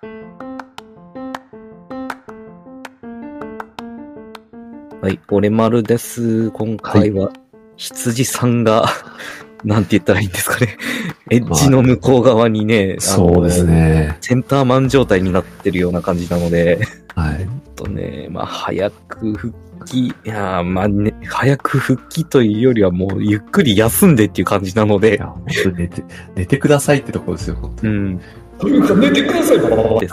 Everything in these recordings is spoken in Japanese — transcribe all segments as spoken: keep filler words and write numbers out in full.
はい、俺丸です。今回は、はい、羊さんが、なんて言ったらいいんですかね。エッジの向こう側にね、 まあ、そうですね。 センターマン状態になってるような感じなので、 はい。 とね、まあ、早く復帰、いやまあね、早く復帰というよりはもう、ゆっくり休んでっていう感じなので。いや、 本当に寝て、寝てくださいってところですよ、本当に。 うん。 というか、寝てください、ババババです。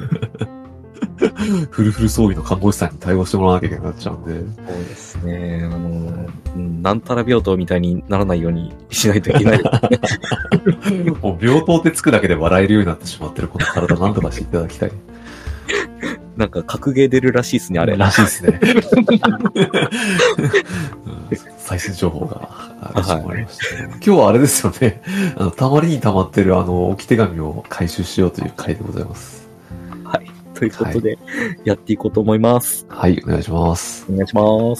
フルフル装備の看護師さんに対応してもらわなきゃいけなくなっちゃうんで。 そうですね。あの、なんたら病棟みたいにならないようにしないといけない。 もう病棟ってつくだけで笑えるようになってしまってるこの体なんとかしていただきたい。 なんか格ゲー出るらしいですね、あれ。 らしいですね。最新情報がありました、ね。はい、今日はあれですよね。あの、たまりに溜まってるあの、置き手紙を回収しようという回でございます。 はい。ということで、はい、やっていこうと思います。 はい、お願いします。 お願いします。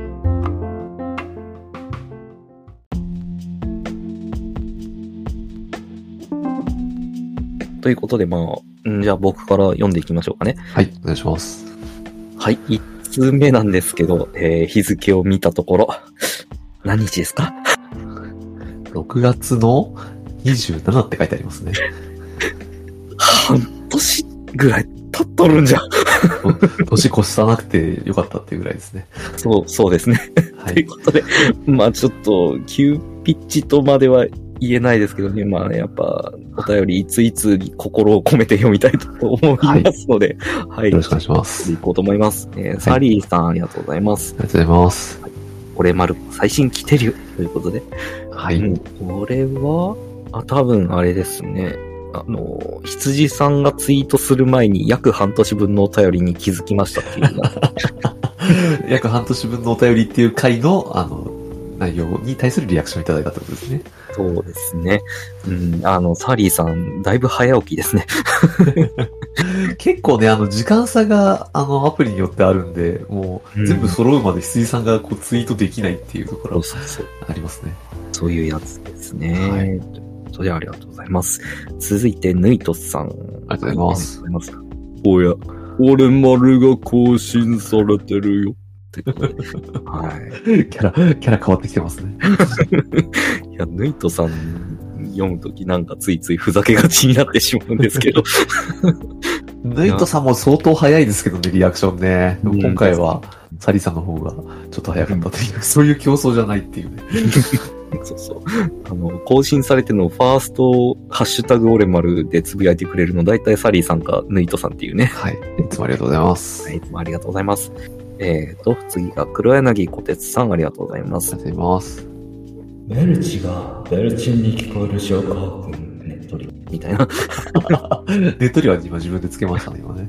ということで、まあ、んじゃあ僕から読んでいきましょうかね。 はい、お願いします。 はい、いちつうめなんですけど、えー、日付を見たところ、何日ですか？ ろくがつのにじゅうしちって書いてありますね。 半年ぐらい経っとるんじゃん。 年越さなくてよかったっていうぐらいですね。 そう、そうですね。はい、ということで、まあちょっと、急ピッチとまでは言えないですけどね、まあね、やっぱ、お便りいついつに心を込めて読みたいと思いますので、はい。はい、 よろしくお願いします。 行こうと思います。えーはい、サリーさん、ありがとうございます。 ありがとうございます。 はい、俺丸、最新来てるよということで。 はい。うん、 これは、あ、多分あれですね。あの、羊さんがツイートする前に約半年分のお便りに気づきましたっていう。 約半年分のお便りっていう回の、あの、内容に対するリアクションいただいたってことですね。 そうですね。うん、あの、サリーさん、だいぶ早起きですね。 結構ね、あの、時間差が、あの、アプリによってあるんで、もう、全部揃うまで羊さんがこうツイートできないっていうところ、ありますね。 そういうやつですね。はい。それではありがとうございます。続いて、ヌイトさん。 ありがとうございます。 はい、ますおや、俺丸が更新されてるよ。はい。 キャラ、キャラ変わってきてますね。 いや、ヌイトさん読むときなんかついついふざけがちになってしまうんですけど。 ヌイトさんも相当早いですけどね、リアクションね。でも今回は、サリさんの方がちょっと早かったという、うん、そういう競争じゃないっていうね。 そうそう。あの、更新されてのファースト、ハッシュタグオレマルでつぶやいてくれるの、だいたいサリーさんかヌイトさんっていうね。 はい。いつもありがとうございます。 はい、いつもありがとうございます。えーと、次が黒柳小鉄さん、ありがとうございます。 ありがとうございます。 ベルチがベルチンに聞こえる証拠ねっとり、みたいな。 ねっとりは今自分でつけましたね、今ね。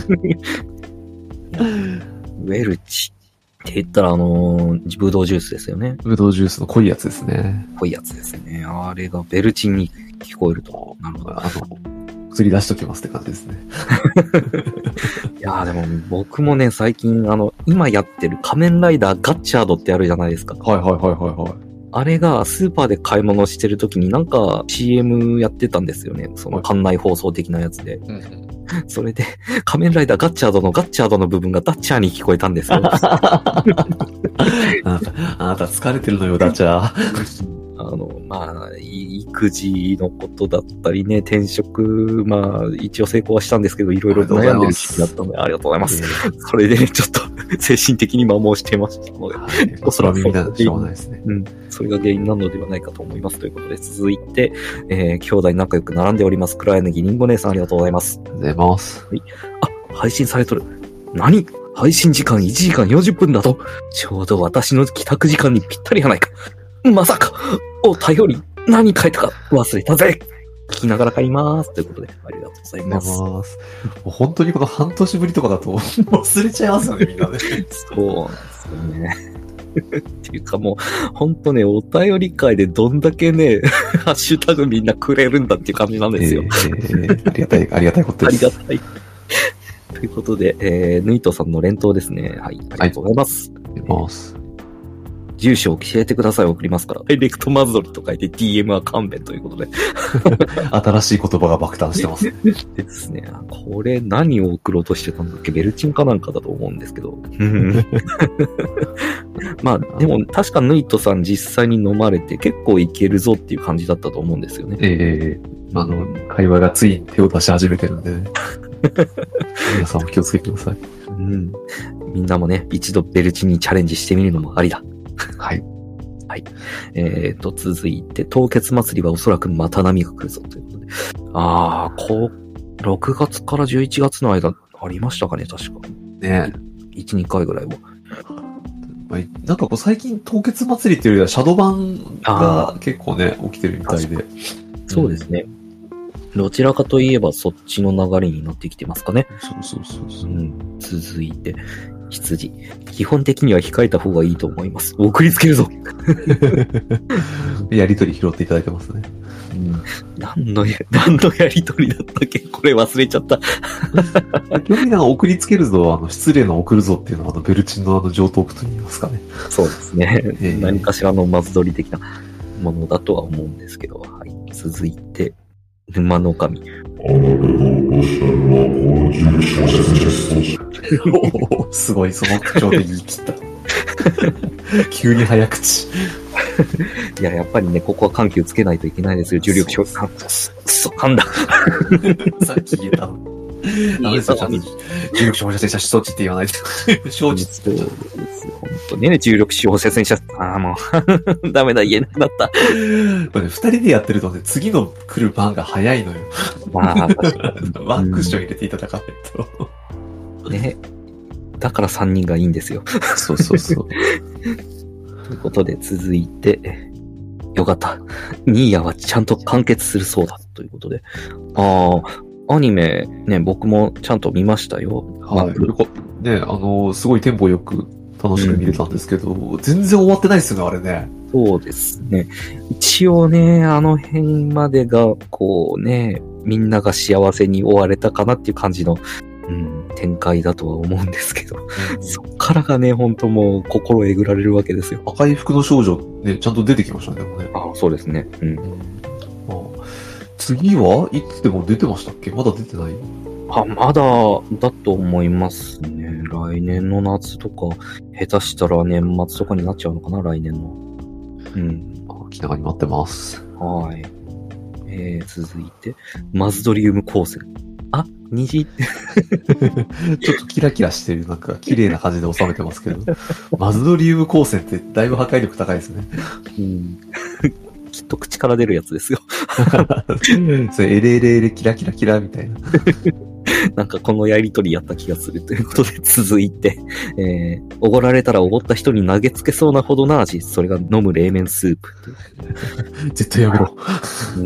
ベルチ。って言ったら、あのー、ブドウジュースですよね。 ブドウジュースの濃いやつですね。 濃いやつですね。あれがベルチンに聞こえると。なるほど。 あの、釣り出しときますって感じですね。 いやーでも僕もね、最近、あの、今やってる仮面ライダーガッチャードってあるじゃないですか。 はいはいはいはいはい。 あれがスーパーで買い物してる時になんか シーエム やってたんですよね。その館内放送的なやつで。うん、それで、仮面ライダーガッチャードのガッチャードの部分がダッチャーに聞こえたんですよ。あなた、あなた疲れてるのよ、ダッチャー。 あの、まあ、育児のことだったりね、転職、まあ、一応成功はしたんですけど、いろいろ悩んでる時期だったので、ありがとうございます。それでね、ちょっと、精神的に摩耗してましたので、はい、 おそらく耳なんでしょうがないですね。 うん。それが原因なのではないかと思います。ということで、続いて、えー、兄弟仲良く並んでおります。黒柳りんご姉さん、ありがとうございます。 ありがとうございます。 はい。あ、配信されとる。何？配信時間いちじかんよんじゅっぷんだと、ちょうど私の帰宅時間にぴったりやないか。まさか、お便り、何書いたか忘れたぜ。聞きながら買います。ということで、ありがとうございます。 ありがとうございます。もう本当にこの半年ぶりとかだと忘れちゃいますよね、みんなね。 そうなんですよね。っていうかもう、本当ね、お便り会でどんだけね、ハッシュタグみんなくれるんだっていう感じなんですよ。 えー、ありがたい、ありがたいことです。 ありがたい。ということで、えー、ヌイトさんの連投ですね。はい、ありがとうございます。 ありがとうございます。 住所を教えてください送りますから、ダイレクトマズドリと書いて ディーエム は勘弁ということで。 新しい言葉が爆誕してます。 ですね。これ何を送ろうとしてたんだっけ？ベルチンかなんかだと思うんですけど。まあ、でも確かヌイトさん実際に飲まれて結構いけるぞっていう感じだったと思うんですよね。 ええー、あの、会話がついに手を出し始めてるんでね。皆さんも気をつけてください。 うん。みんなもね、一度ベルチンにチャレンジしてみるのもありだ。 はい。 はい。えーと、続いて、凍結祭りはおそらくまた波が来るぞということで。あー、こう、ろくがつからじゅういちがつの間、ありましたかね、確か。 ねえ。いち、にかいぐらいは。 なんかこう最近凍結祭りっていうよりはシャドバンが結構ね、起きてるみたいで。 そうですね。うん、どちらかといえばそっちの流れになってきてますかね。 そうそうそうそう。 うん、続いて、羊。基本的には控えた方がいいと思います。送りつけるぞやりとり拾っていただいてますね。 うん、何のや、何のやりとりだったっけ？これ忘れちゃった。 基本的に送りつけるぞ、あの、失礼の送るぞっていうのは、あの、ベルチンのあの、上等句と言いますかね。 そうですね。 えー、 何かしらのマズ取り的なものだとは思うんですけど、はい。続いて、沼の神。あなたが起こしたのはこのじゅう小節です。 すごい、その口調で言い切った。急に早口。 いや、やっぱりね、ここは緩急つけないといけないですよ。重力小説。くそ、噛んだ。 さっき言えたの。言えたのに。重力小説者、承知って言わないで。承知って。 そうですよ。本当にね、重力小説者、ああ、もう、ダメだ、言えなくなった。 これね、二人でやってるとね、次の来る番が早いのよ。 まあ、 ワンクッション入れていただかないと。ね。だから三人がいいんですよ。 そうそうそう。 ということで、続いて、よかった。ニーヤはちゃんと完結するそうだ。ということで。ああ、アニメね、僕もちゃんと見ましたよ。 はい。ね、あの、すごいテンポよく楽しく見れたんですけど、うん、全然終わってないですよね、あれね。 そうですね。一応ね、あの辺までが、こうね、みんなが幸せに終われたかなっていう感じの、うん、展開だとは思うんですけど、うん、そっからがね、本当もう心えぐられるわけですよ。 赤い服の少女ね、ちゃんと出てきましたね、でもね。 ああ、そうですね。うん。うん、 あ次はいつでも出てましたっけ？まだ出てない？ あ、まだだと思いますね。来年の夏とか、下手したら年末とかになっちゃうのかな、来年の。うん。 あ、気長に待ってます。 はい。えー、続いて、マズドリウム光線。あ、虹。ちょっとキラキラしてる、なんか綺麗な感じで収めてますけど。マズドリウム光線ってだいぶ破壊力高いですね。 うん、きっと口から出るやつですよ。 それエレエレエレキラキラキラみたいな。 なんかこのやりとりやった気がするということで続いて、えー、おごられたらおごった人に投げつけそうなほどな味、それが飲む冷麺スープ。 絶対やめろ。 うん、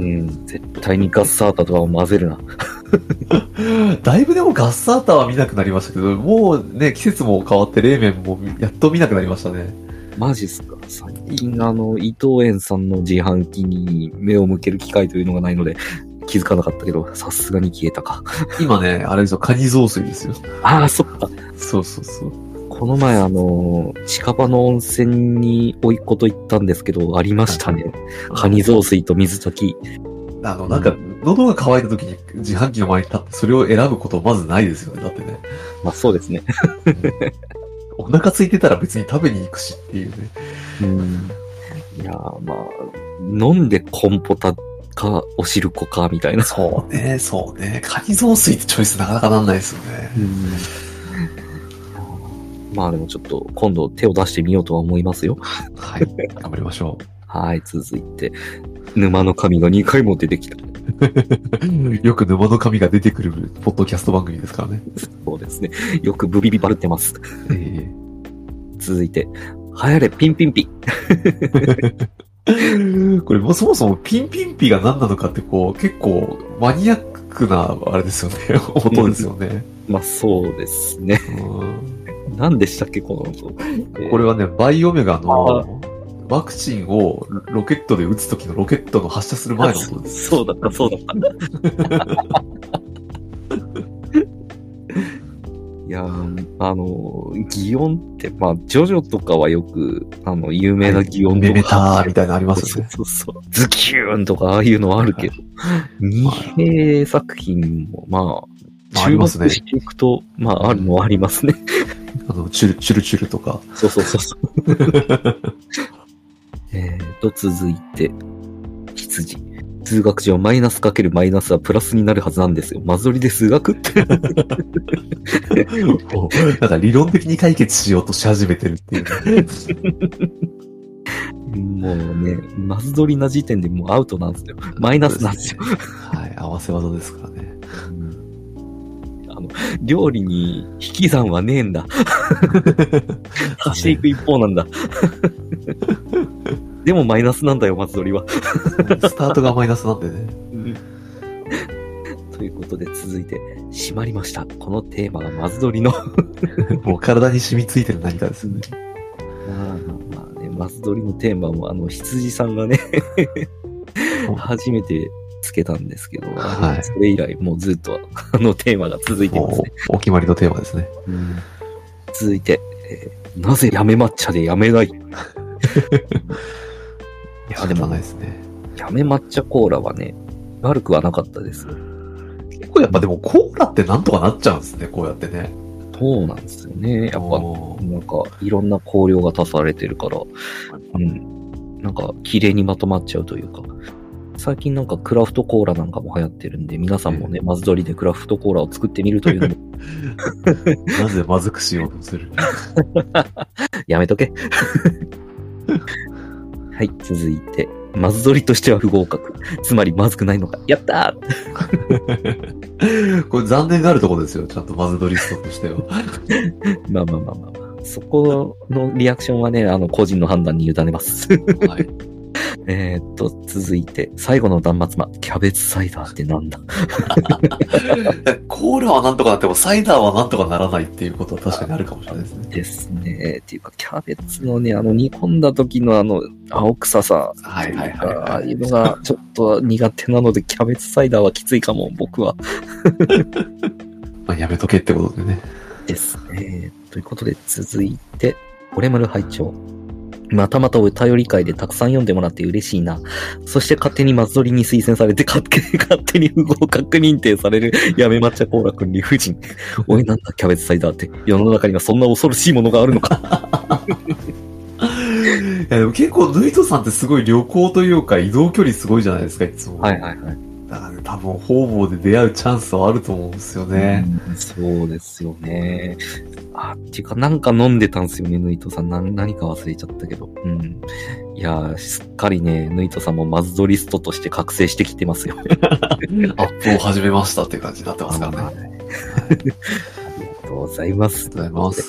絶対にガッサータとは混ぜるな。 だいぶでもガッサータは見なくなりましたけど、もうね、季節も変わって冷麺もやっと見なくなりましたね。 マジっすか。最近あの、伊藤園さんの自販機に目を向ける機会というのがないので、気づかなかったけど、さすがに消えたか。 今ね、あれですよ、カニ雑炊ですよ。 ああ、そっか。 そうそうそう。 この前あの、近場の温泉においっ子と行ったんですけど、ありましたね。カニ雑炊と水炊き。 あの、なんか、喉が渇いた時に自販機の前に立ってそれを選ぶことまずないですよね、だってね。 まあそうですね。 お腹空いてたら別に食べに行くしっていうね。 うん。いやーまあ、飲んでコンポタか、おしるこか、みたいな。 そうね、そうね。カニ雑炊ってチョイスなかなかなんないですよね。 うん。まあでもちょっと今度手を出してみようとは思いますよ。 はい。頑張りましょう。 はい、続いて、沼の神がにかいも出てきた。 よく沼の神が出てくるポッドキャスト番組ですからね。 そうですね。よくブビビバルってます。 えー、 続いて、流行れピンピンピ。 これもそもそもピンピンピが何なのかってこう結構マニアックなあれですよね。音ですよね。 まあそうですね。何でしたっけこの音。 これはね、バイオメガのワクチンをロケットで撃つ時のロケットの発射する前の音です。 そうだった、そうだった。いやー、あの、擬音って、まあ、ジョジョとかはよく、あの、有名な擬音とか。 メメターみたいなのありますね。 そうそうそう。ズキューンとか、ああいうのはあるけど、二平作品も、まあ、 まあ、ありますね。 していくと、まあ、あるのはありますね。 あの、チュル、チュルチュルとか。 そうそうそうそう。えーと、続いて、羊。数学上マイナスかけるマイナスはプラスになるはずなんですよ。マゾリで数学って。 もうなんか理論的に解決しようとし始めてるっていう、ね。 もうね、マズドリな時点でもうアウトなんですよ。マイナスなんですよ。 はい、合わせ技ですからね。 あの、料理に引き算はねえんだ。足していく一方なんだ。でもマイナスなんだよ、マズドリは。 スタートがマイナスなんでね。 ということで続いて、締まりました。このテーマがマズドリの。 もう体に染みついてる何かですよね。 まあまあね、マズドリのテーマもあの、羊さんがね、初めてつけたんですけど、はい、それ以来もうずっとあのテーマが続いてますね。 お, お決まりのテーマですね。 うん、続いて、えー、なぜやめ抹茶でやめない？いや、でもないですね。やめ抹茶コーラはね、悪くはなかったです。 結構やっぱでもコーラってなんとかなっちゃうんですね、こうやってね。 そうなんですよね。やっぱ、なんか、いろんな香料が足されてるから、うん。なんか、綺麗にまとまっちゃうというか。最近なんかクラフトコーラなんかも流行ってるんで、皆さんもね、マズドリでクラフトコーラを作ってみるというのも。 なぜまずくしようとするやめとけ。はい、続いて、マズドリとしては不合格。つまりまずくないのか。やったーこれ残念があるところですよ。ちゃんとマズドリストとしては。 まあまあまあまあまあ。そこのリアクションはね、あの、個人の判断に委ねます。はい。えーっと、続いて、最後の断末魔、キャベツサイダーってなんだコーラはなんとかなっても、サイダーはなんとかならないっていうことは確かにあるかもしれないですね。 ですね。っていうか、キャベツのね、あの、煮込んだ時のあの、青臭さ。 はいはいはい、はい。 ああいうのがちょっと苦手なので、キャベツサイダーはきついかも、僕は。 まあ、やめとけってことでね。 ですね。ということで、続いて、オレマル拝聴またまたお便り会でたくさん読んでもらって嬉しいな。そして勝手にマズドリに推薦されて勝手に勝手に不合格認定されるやめ抹茶コーラくん理不尽。おいなんだキャベツサイダーって世の中にはそんな恐ろしいものがあるのか。 いやでも結構ヌイトさんってすごい旅行というか移動距離すごいじゃないですかいつも。 はいはいはい。 だからね多分方々で出会うチャンスはあると思うんですよね。 うん、そうですよね。あ、っていうか、なんか飲んでたんですよね、ヌイトさん。な何か忘れちゃったけど。うん。いやー、すっかりね、ヌイトさんもマズドリストとして覚醒してきてますよ。アップを始めましたっていう感じになってますからね。はい、ありがとうございます。 ありがとうございます。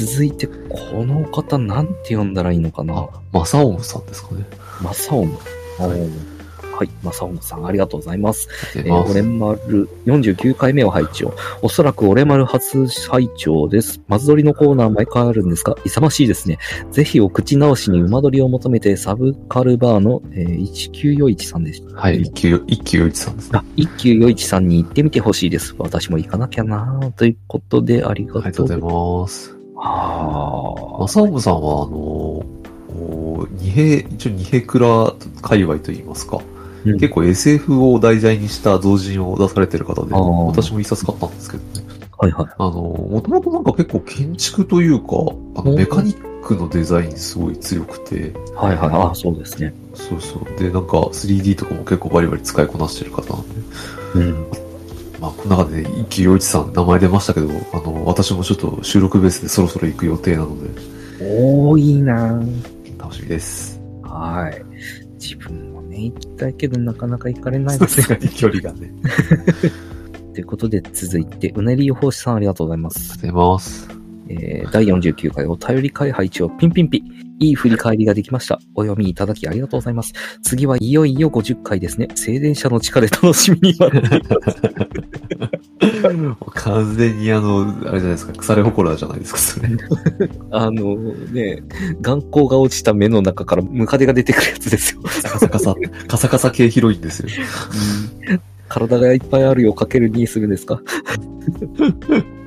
続いて、この方、なんて呼んだらいいのかな。 マサオムさんですかね。 マサオム。はい。はい、マサオムさん、ありがとうございます。えー、オレマルよんじゅうきゅうかいめを拝聴。おそらくオレマル初拝聴です。マズドリのコーナー毎回あるんですが、勇ましいですね。ぜひお口直しに馬取りを求めて、サブカルバーの、えー、一休よいちさんでした。 はい、一休、一休よいちさんですね。 あ、一休よいちさんに行ってみてほしいです。私も行かなきゃなということで、ありがとう。 ありがとうございます。 ああ。 マサオムさんは、あのー、二平、一応二平倉界隈といいますか。うん、結構 エスエフ を題材にした同人を出されてる方で、私も一冊買ったんですけどね。 はいはい。 あの、もともとなんか結構建築というか、あのメカニックのデザインすごい強くて。 はいはい。ああ、そうですね。 そうそう。で、なんか スリーディー とかも結構バリバリ使いこなしてる方なんで。うん。まあ、この中でね、一休陽一さん名前出ましたけど、あの、私もちょっと収録ベースでそろそろ行く予定なので。 おー、いいな楽しみです。 はい。自分行きたいけどなかなか行かれないですね。 距離がね。 ということで続いて、うねり予報士さんありがとうございます。 ありがとうございます。 えー、だいよんじゅうきゅうかいお便り会配置をピンピンピ。いい振り返りができました。お読みいただきありがとうございます。次はいよいよごじゅっかいですね。静電車の地下で楽しみに待っています。 完全にあの、あれじゃないですか、腐れほこらじゃないですか、それ。 あのね、眼光が落ちた目の中からムカデが出てくるやつですよ。 カサカサ、カサカサ系ヒロインですよ。 うん、体がいっぱいあるよ、かけるにするんですか。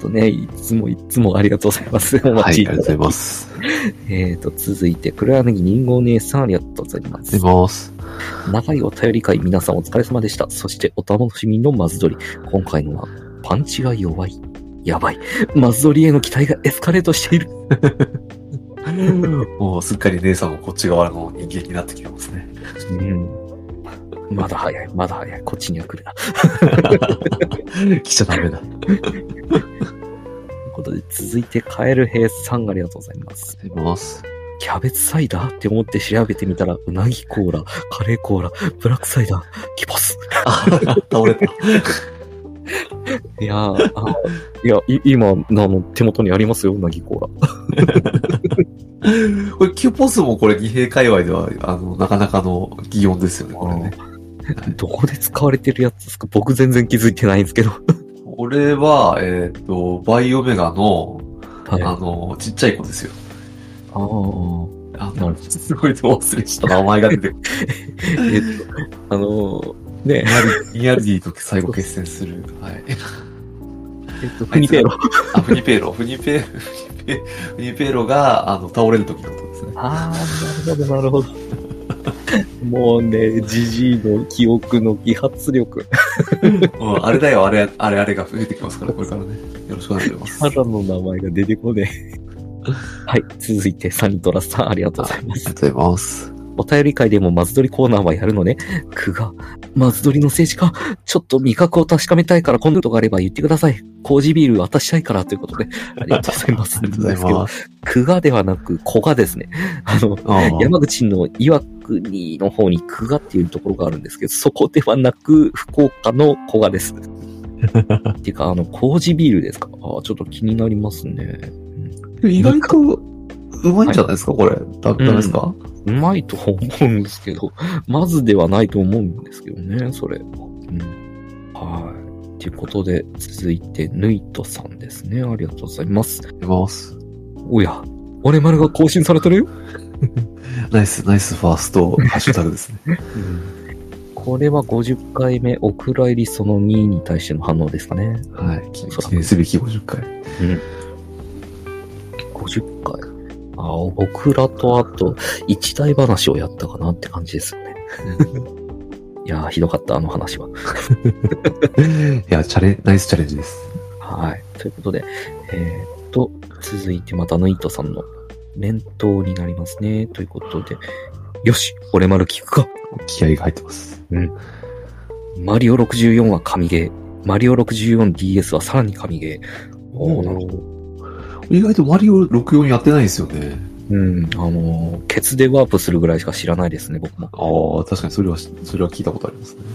とね、いつもいつもありがとうございます。おはい、あ待ちいただきりがとうございます。 えっと、続いて、黒柳りんごお姉さんありがとうございまありす。 がとうございます。 長いお便り会、皆さんお疲れ様でした。そしてお楽しみのマズドリ。今回のは、パンチが弱い。やばい。マズドリへの期待がエスカレートしている。 もうすっかり姉さんもこっち側の人間になってきてますね。 うん。まだ早い、まだ早い。こっちには来るな。 来ちゃダメだ。 ということで、続いて、カエル平さんありがとうございます。 ありがとうございます。 キャベツサイダーって思って調べてみたら、うなぎコーラ、カレーコーラ、ブラックサイダー、キポス。 倒れた。 いやー、あいや、い今、あの、手元にありますよ、うなぎコーラ。これ、キュポスもこれ、二平界隈では、あの、なかなかの擬音ですよね、これね。 どこで使われてるやつですか？僕全然気づいてないんですけど。 これは、えっと、バイオメガの、 はい、 あの、ちっちゃい子ですよ。 ああ。 あの、すごい忘れした名前が出てくる。 えっと、あのー、ねニアルディと最後決戦する。はい。 えっと、フニペーロ。 あ、フニペーロ。フニペーロ、フニペーロが、あの、倒れる時のことですね。 ああ、なるほど、なるほど。もうね、ジジイの記憶の揮発力。 もうあれだよ、あれ、あれ、あれが増えてきますから、これからね。よろしくお願いします。 キャラの名前が出てこねえ。はい、続いて、サニトラさん、ありがとうございます。 ありがとうございます。 お便り会でもマズドリコーナーはやるのね。クガ、マズドリの政治家、ちょっと味覚を確かめたいから今度があれば言ってください。コージビール渡したいからということで、ありがとうございます。 ありがとうございます。 クガではなく、コガですね。あの、あ山口の岩国の方にクガっていうところがあるんですけど、そこではなく、福岡のコガです。っていうか、あの、コージビールですか？ああ、ちょっと気になりますね。 うん、意外と、うまいんじゃないですか、はい、これ。ダメですか、 うん、うまいと思うんですけど、まずではないと思うんですけどね、それ。うん、はい。ということで、続いて、ヌイトさんですね。ありがとうございます。 ありがとうございます。 おや、俺丸が更新されてるよ。 ナイス、ナイスファーストハッシュタグですね。うん、 これはごじゅっかいめ、お蔵入りそのにに対しての反応ですかね。 はい。記念すべきごじゅっかい。うん。 ごじゅっかい。ああ、僕らとあと、一大話をやったかなって感じですよね。いやー、ひどかった、あの話は。 いや、チャレン、ナイスチャレンジです。 はい。ということで、えー、っと、続いてまたヌイトさんの連投になりますね。ということで、よし、俺丸聞くか。 気合が入ってます。 うん。マリオろくじゅうよんは神ゲー。マリオ ろくじゅうよんディーエス はさらに神ゲー。おー、なるほど。 意外とマリオろくじゅうよんやってないんですよね。 うん、あのー、ケツでワープするぐらいしか知らないですね、僕も。 ああ、確かにそれは、それは聞いたことありますね。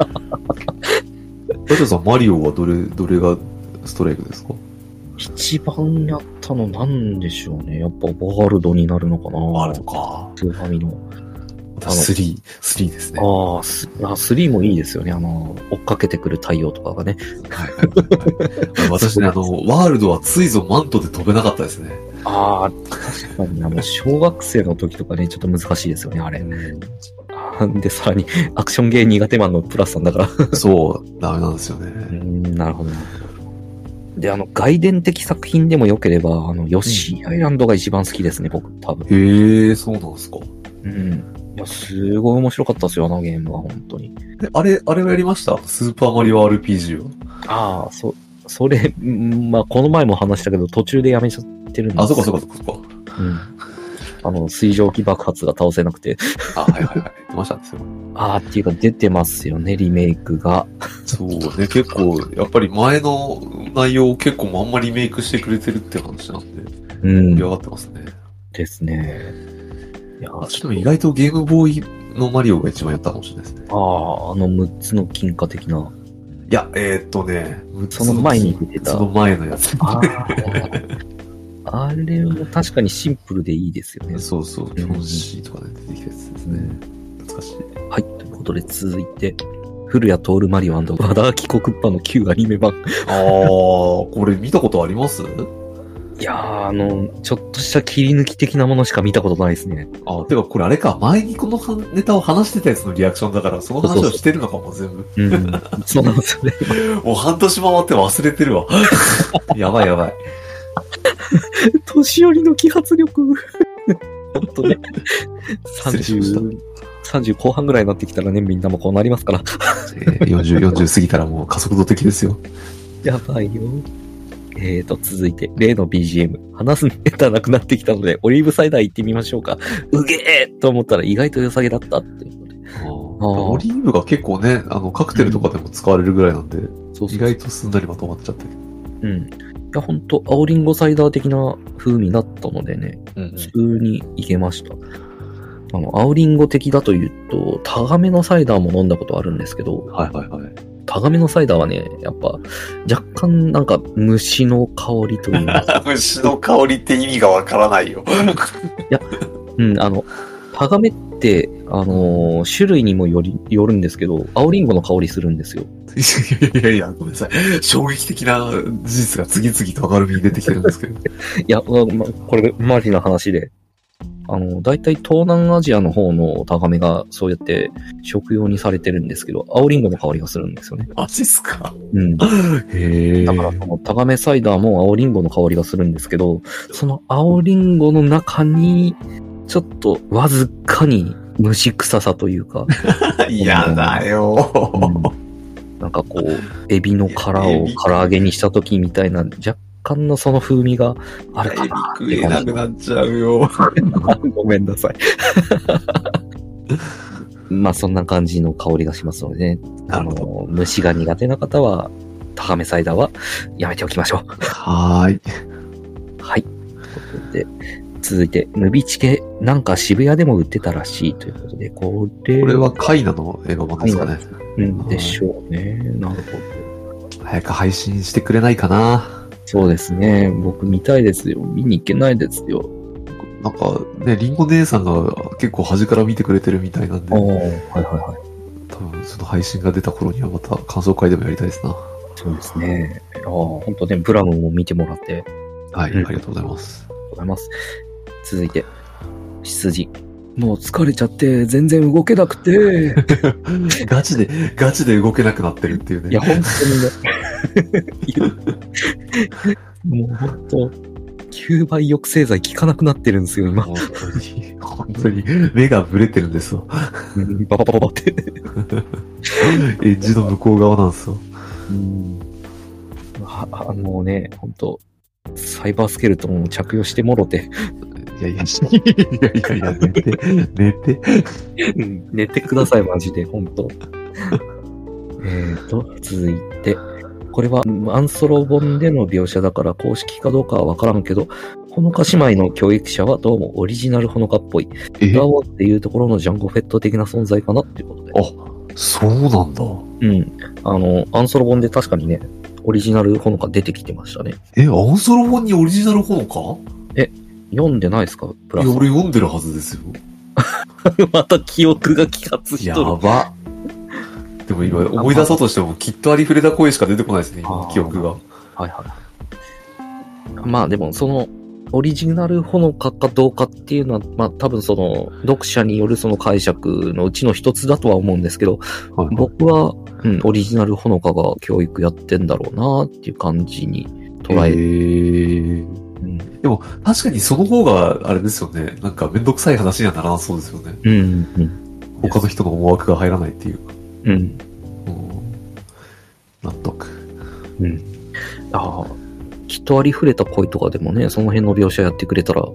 バチョさん、マリオはどれ、どれがストライクですか？ 一番やったのなんでしょうね。やっぱワールドになるのかな。 ワールドか。 スーファミの。 スリー、スリーですね。 ああ、スリーもいいですよね。あの、追っかけてくる太陽とかがね。 はいはいはい、私ね、あの、ワールドはついぞマントで飛べなかったですね。 ああ、確かに、あの、小学生の時とかね、ちょっと難しいですよね、あれ。うん、で、さらに、アクションゲー苦手マンのプラスさんだから。そう、 ダメなんですよね。 うん、なるほど。で、あの、外伝的作品でも良ければ、あの、ヨッシーアイランドが一番好きですね、僕、多分。 へえ、そうなんですか。 うん。いや、すごい面白かったですよ、あのゲームは、本当に。 え、あれ、あれはやりました？スーパーマリオ アールピージー を。 ああ、そ、それ、まあ、この前も話したけど、途中でやめちゃってるんですよ。 あ、そっかそっかそっかそっか。 うん。あの、水蒸気爆発が倒せなくて。 あ、はいはいはい。出ましたんですよ。 ああ、っていうか出てますよね、リメイクが。 そうね、結構、やっぱり前の内容を結構まんまリメイクしてくれてるって話なんで。うん。盛り上がってますね。 ですね。いやちょっと意外とゲームボーイのマリオが一番やったかもしれないですね。 ああ、あのむっつの金貨的な。 いや、えー、っとね、 その前に出てた。 その前のやつ。 ああ。あれも確かにシンプルでいいですよね。 そうそう。キョンシーとかで出てきたやつですね。懐かしい。 はい。ということで続いて、古谷徹マリオ&和田アキコクッパの旧アニメ版。 ああ、これ見たことあります？ いやー、あの、ちょっとした切り抜き的なものしか見たことないですね。 あ、てかこれあれか、前にこのネタを話してたやつのリアクションだから、その話をしてるのかも、全部。 うん。そうなんですよね。 もう半年回って忘れてるわ。やばいやばい。 年寄りの揮発力。ほんとね。さんじゅう、さんじゅう後半ぐらいになってきたらね、みんなもこうなりますから。 えー、よんじゅう、よんじゅう過ぎたらもう加速度的ですよ。 やばいよ。えーと、続いて、例の ビージーエム。話すネタなくなってきたので、オリーブサイダー行ってみましょうか。うげーと思ったら意外と良さげだったっていうことで。 オリーブが結構ね、あの、カクテルとかでも使われるぐらいなんで、うん、 そうそうそう意外とすんなりまとまっちゃってる。 うん。いや、ほんと、青リンゴサイダー的な風味だったのでね、うんうん、普通にいけました。あの、青リンゴ的だというと、タガメのサイダーも飲んだことあるんですけど、 はいはいはい。 タガメのサイダーはね、やっぱ、若干なんか虫の香りというか。 虫の香りって意味がわからないよ。 いや、うん、あの、タガメって、あのー、種類にもより、よるんですけど、青リンゴの香りするんですよ。 いやいやいや、ごめんなさい。衝撃的な事実が次々と明るみに出てきてるんですけど。いや、ま、ま、これ、マジな話で。あの、大体東南アジアの方のタガメがそうやって食用にされてるんですけど、青リンゴの香りがするんですよね。 マジっすか？ うん。 へー。 だからそのタガメサイダーも青リンゴの香りがするんですけど、その青リンゴの中に、ちょっとわずかに虫臭さというか。 嫌だよ、 うん。なんかこう、エビの殻を唐揚げにした時みたいな、若干のその風味があるかなって。 食えなくなっちゃうよ。 ごめんなさい。まあそんな感じの香りがしますのでね。あの、虫が苦手な方は、タガメサイダーはやめておきましょう。 はーい。 はい。ということで、続いて、ムビチケ、なんか渋谷でも売ってたらしいということで、これ。 これはカイナの映画版ですかね。 うん、でしょうね。なるほど。早く配信してくれないかな。 そうですね。僕見たいですよ。見に行けないですよ。 なんかね、リンゴ姉さんが結構端から見てくれてるみたいなんで。 はいはいはい。 多分その配信が出た頃にはまた感想会でもやりたいですな。 そうですね。ああ、本当ね、ブラムも見てもらって。 はい、うん、ありがとうございます。 ありがとうございます。続いて、羊。もう疲れちゃって全然動けなくて。 ガチで、ガチで動けなくなってるっていうね。 いや、本当にね。もう本当、きゅうばい抑制剤効かなくなってるんですよ、今。 本当に、本当に、目がブレてるんですよ。 バババババって。 エッジの向こう側なんですよ。 うんああのね、本当サイバースケルトンを着用してもろて。 いやいや、いやいやいや、寝て、寝て。 うん、寝てください、マジで、ほんと。えーと、続いて、これはアンソロ本での描写だから公式かどうかはわからんけど、ほのか姉妹の教育者はどうもオリジナルほのかっぽい。ガオっていうところのジャンゴフェット的な存在かなっていうことで。 あ、そうなんだ。 うん。あの、アンソロ本で確かにね、オリジナルほのか出てきてましたね。 え、アンソロ本にオリジナルほのか？ え、読んでないですか？プラス。 いや、俺読んでるはずですよ。 また記憶が揮発しとる。 やば。でも今思い出そうとしてもきっとありふれた声しか出てこないですね、今、記憶が。 はいはい。まあでも、その、オリジナルほのかかどうかっていうのは、まあ多分その、読者によるその解釈のうちの一つだとは思うんですけど、はいはい、僕は、うん、オリジナルほのかが教育やってんだろうなっていう感じに捉える。 へうん、でも、確かにその方が、あれですよね。なんかめんどくさい話にはならなそうですよね。 うん、うん。 他の人の思惑が入らないっていうか。 うん。 納得。 うん。ああ、きっとありふれた恋とかでもね、その辺の描写やってくれたら、うん、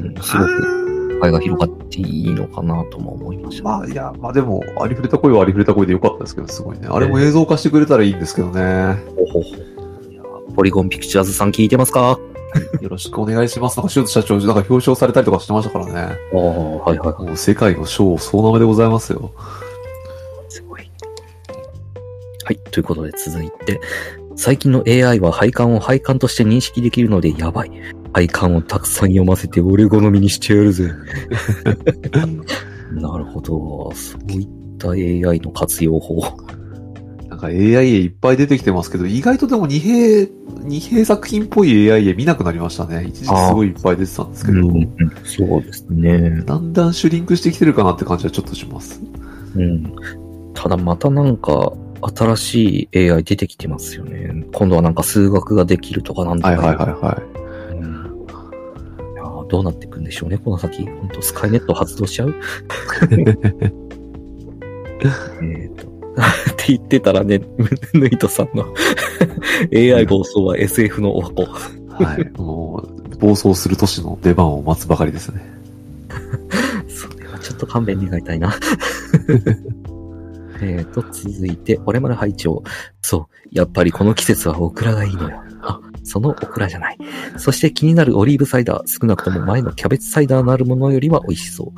すごく愛が広がっていいのかなとも思いました。 まあ、いや、まあでも、ありふれた恋はありふれた恋でよかったですけど、すごいね。あれも映像化してくれたらいいんですけどね。 ほほほ。いや、ポリゴンピクチャーズさん聞いてますか？ よろしくお願いします。なんか、シュート社長、なんか表彰されたりとかしてましたからね。ああ、はいはい。 もう世界の賞、総なめでございますよ。 すごい。はい。ということで続いて、最近の エーアイ は配管を配管として認識できるのでやばい。配管をたくさん読ませて俺好みにしてやるぜ。なるほど。そういった エーアイ の活用法。 ななんか エーアイ 絵いっぱい出てきてますけど、意外とでも二平、二平作品っぽい エーアイ 絵見なくなりましたね。一時期すごいいっぱい出てたんですけど。 うん、そうですね。 だんだんシュリンクしてきてるかなって感じはちょっとします。 うん。ただまたなんか、新しい エーアイ 出てきてますよね。今度はなんか数学ができるとかなんとか。 はいはいはいはい。 うん、いやどうなっていくんでしょうね、この先。本当スカイネット発動しちゃうえっと。って言ってたらね、ヌイトさんのエーアイ 暴走は エスエフ のお箱。 はい。もう、暴走する都市の出番を待つばかりですね。 それはちょっと勘弁願いたいな。えーと、続いて、俺丸拝聴。そう、やっぱりこの季節はオクラがいいのよ。あ、そのオクラじゃない。そして気になるオリーブサイダー、少なくとも前のキャベツサイダーなるものよりは美味しそう。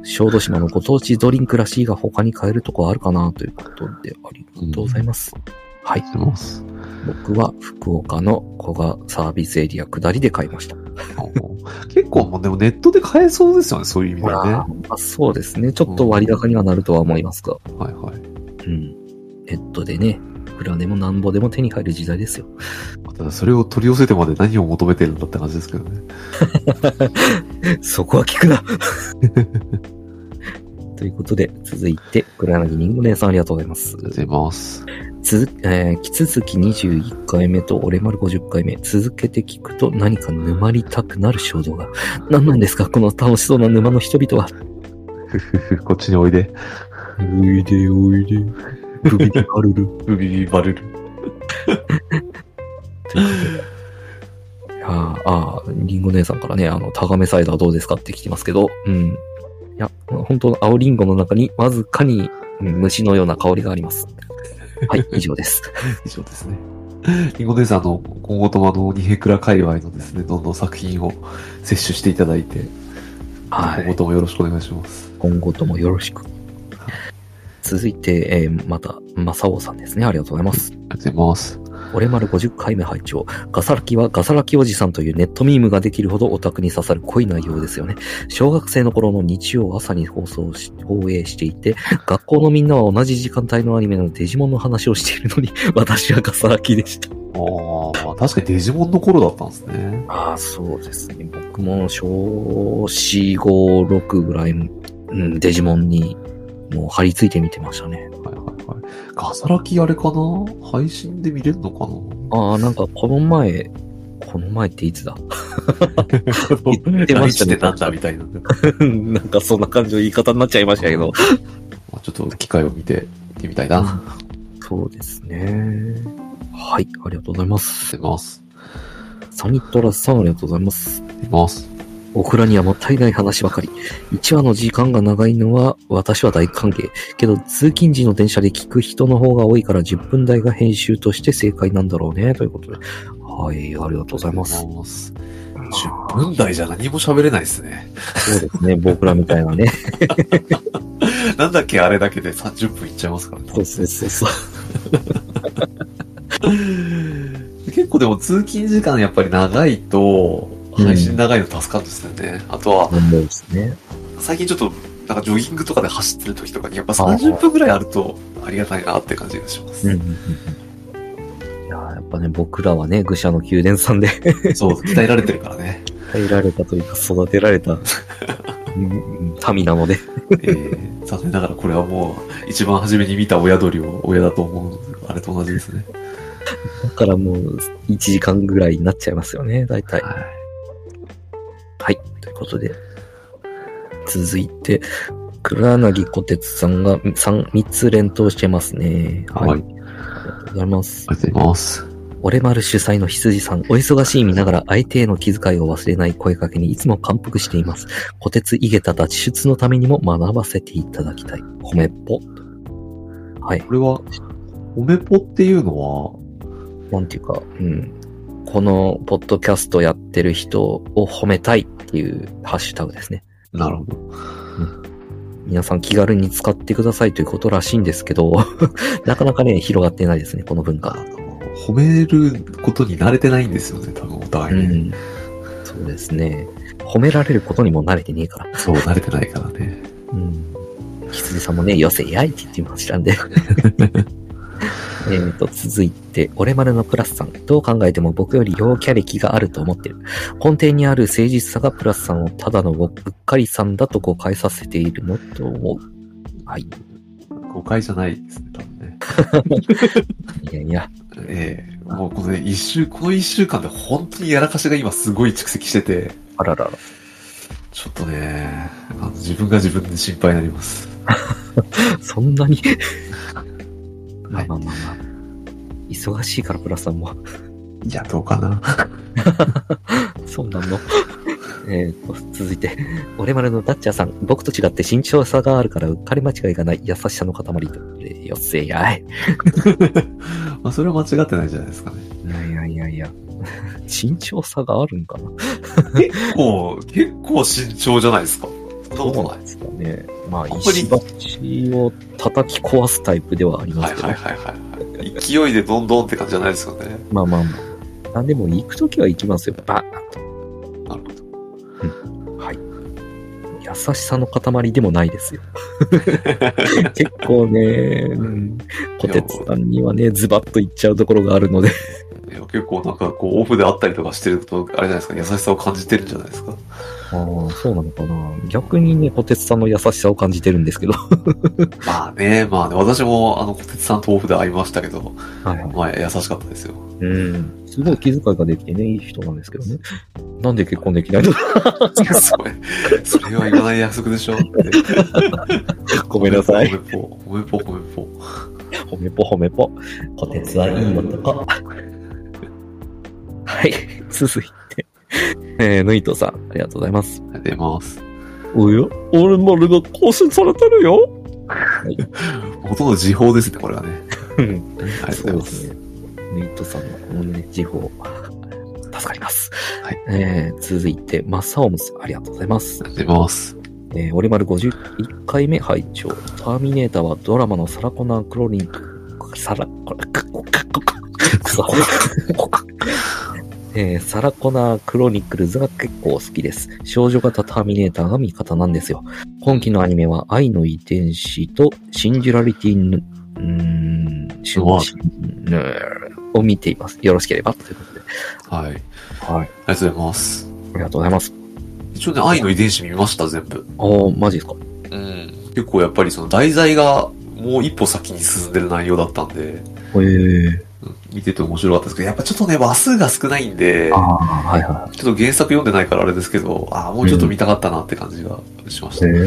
小豆島のご当地ドリンクらしいが他に買えるとこあるかなということで、ありがとうございます。うん、はい。僕は福岡の古賀サービスエリア下りで買いました。 結構もうでもネットで買えそうですよね、そういう意味ではね。 まあ、そうですね。ちょっと割高にはなるとは思いますが。 うん、はいはい。 うん。ネットでね、いくらでもなんぼでも手に入る時代ですよ。 ただそれを取り寄せてまで何を求めてるんだって感じですけどね。 そこは聞くな。ということで、続いて、黒柳りんご姉さんありがとうございます。 ありがとうございます。 続、えー、き続きにじゅういっかいめと俺丸ごじゅっかいめ、続けて聞くと何か沼りたくなる衝動が。何なんですかこの楽しそうな沼の人々は。 ふふふ、こっちにおいで。 おいでおいで。ブビビバルル。 ブビビバルル。 ああ、リンゴ姉さんからね、あの、タガメサイダーどうですかって聞きますけど、うん。いや、本当の青リンゴの中にわずかに、うん、虫のような香りがあります。はい、以上です。 以上ですね。リンゴ姉さん、あの、今後ともあの、ニヘクラ界隈のですね、どんどん作品を摂取していただいて、はい、今後ともよろしくお願いします。 今後ともよろしく。続いて、えー、また、マサオさんですね。ありがとうございます。 ありがとうございます。 俺丸ごじゅっかいめ拝聴。ガサラキはガサラキおじさんというネットミームができるほどオタクに刺さる濃い内容ですよね。小学生の頃の日曜朝に放送し、放映していて、学校のみんなは同じ時間帯のアニメのデジモンの話をしているのに、私はガサラキでした。 ああ、確かにデジモンの頃だったんですね。 ああ、そうですね。僕も小よん、ご、ろくぐらい、うん、デジモンにもう張り付いて見てましたね。 はいはいはい。ガサラキあれかな？配信で見れるのかな？ ああ、なんかこの前、この前っていつだ言ってましたね。なんだみたいな。 なんかそんな感じの言い方になっちゃいましたけど。 まあ、ちょっと機会を見て、見てみたいな、うん。 そうですね。はい、ありがとうございます。 ありがとうございます。 サニットラスさんありがとうございます。 ありがとうございます。 オクラにはもったいない話ばかり。いちわの時間が長いのは私は大歓迎。けど通勤時の電車で聞く人の方が多いからじゅっぷん台が編集として正解なんだろうね。ということで。はい、ありがとうございます。 じゅっぷん台じゃ何も喋れないですね。 そうですね、僕らみたいなね。 なんだっけあれだけでさんじゅっぷんいっちゃいますからね。 そうそうそうそう。 結構でも通勤時間やっぱり長いと、配信長いの助かるんですよね。うん、あとは、 ですね、 最近ちょっと、なんかジョギングとかで走ってる時とかに、やっぱさんじゅっぷんぐらいあるとありがたいなって感じがします。 うんうんうん、いややっぱね、僕らはね、愚者の宮殿さんでそう、鍛えられてるからね。 鍛えられたというか、育てられた民なので。 えー、残念ながらこれはもう、一番初めに見た親鳥を親だと思う、あれと同じですね。 だからもう、いちじかんぐらいになっちゃいますよね、大体。はい。はい。ということで、続いて、黒柳小鉄さんが三、三つ連投してますね。はい。はい、ありがとうございます。 ありがとうございます。 俺丸主催の羊さん、お忙しい見ながら相手への気遣いを忘れない声かけにいつも感服しています。小鉄井桁脱出のためにも学ばせていただきたい。褒めっぽ。はい。 これは、褒めっぽっていうのは、 なんていうか、うん。このポッドキャストやってる人を褒めたいっていうハッシュタグですね。 なるほど。 うん、皆さん気軽に使ってくださいということらしいんですけど、なかなかね、広がってないですね、この文化。 褒めることに慣れてないんですよね、多分お互いね、うん。 そうですね。褒められることにも慣れてねえから。 そう、慣れてないからね。 うん。羊さんもね、よせやいって言ってましたんで。 えーと、続いて、俺丸のプラスさん。どう考えても僕より陽キャ歴があると思ってる。根底にある誠実さがプラスさんをただのうっかりさんだと誤解させているのと思う。はい。 誤解じゃないですね、多分ね。 いやいや。 ええー、もうこのね、一週、この一週間で本当にやらかしが今すごい蓄積してて。 あららら。 ちょっとね、あの自分が自分で心配になります。 そんなにまあまあまあまあ。忙しいからプラスさんも。 いや、どうかな。 そうなの。えーと、続いて、俺丸のダッチャーさん。僕と違って身長差があるからうっかり間違いがない優しさの塊と。よっせやい。 まあ、それは間違ってないじゃないですかね。 いやいやいやいや。身長差があるんかな。 結構、結構身長じゃないですか。そんなことないですかね。まあ、石橋を叩き壊すタイプではありますけど。 はいはいはいはい。勢いでどんどんって感じじゃないですよね。 まあまあまあ。あ、でも行くときは行きますよ。バーンと。 なるほど。 うん。はい。優しさの塊でもないですよ。結構ね、うん、小鉄さんにはね、ズバッと行っちゃうところがあるので。 いや結構なんかこうオフであったりとかしてると、あれじゃないですか、優しさを感じてるんじゃないですか。 ああ、そうなのかな。逆にね、小鉄さんの優しさを感じてるんですけど。 まあね、まあね、私もあの小鉄さんとオフで会いましたけど、はい、まあ優しかったですよ。 うん。すごい気遣いができてね、いい人なんですけどね。なんで結婚できないの？ それ、それは言わない約束でしょって。 ごめんなさい。 褒めぽ、褒めぽ、 褒めぽ。褒めぽ褒めぽ。小鉄はいい男。はい、続いて。えー、ヌイトさん、ありがとうございます。 ありがとうございます。 おや、俺丸が更新されてるよ。はい、 ほとんど時報ですね、これはね。 うん。ありがとうございます。ヌイトさんのこのね、時報、助かります。はい。えー、続いて、マッサオムス、ありがとうございます。 ありがとうございます。 えー、俺丸ごじゅういっかいめ拝聴。ターミネーターはドラマのサラコナークロニック、サラ、これ、ここ、ここ、えー、サラコナークロニクルズが結構好きです。少女型ターミネーターが味方なんですよ。今期のアニメは愛の遺伝子とシンジュラリティの、うーん、シンを見ています。よろしければということで。 はい。はい。ありがとうございます。 ありがとうございます。 一応ね、愛の遺伝子見ました、全部。 ああ、マジですか。 うん。結構やっぱりその題材がもう一歩先に進んでる内容だったんで。へえ。 見てて面白かったですけど、やっぱちょっとね、話数が少ないんで、あ、 はいはい、 ちょっと原作読んでないからあれですけど、ああ、もうちょっと見たかったなって感じがしました。うん、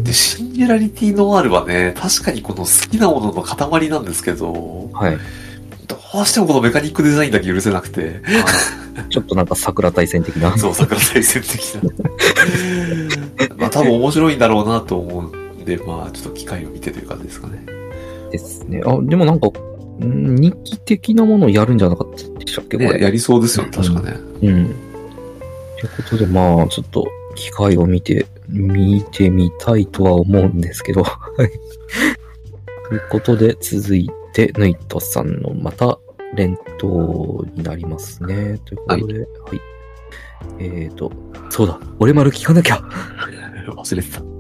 で、シンギュラリティノワールはね、確かにこの好きなものの塊なんですけど、はい、どうしてもこのメカニックデザインだけ許せなくて。 ちょっとなんか桜大戦的な。 そう、桜大戦的な。まあ多分面白いんだろうなと思うんで、まあちょっと機会を見てという感じですかね。 ですね。あ、でもなんか、日記的なものをやるんじゃなかったでしたっけ、これ。 やりそうですよね、確かね。 うん。うん。ということで、まあ、ちょっと、機会を見て、見てみたいとは思うんですけど。はい。ということで、続いて、ヌイトさんのまた、連投になりますね。ということで、はい。はい、えーと、そうだ、俺丸聞かなきゃ忘れてた。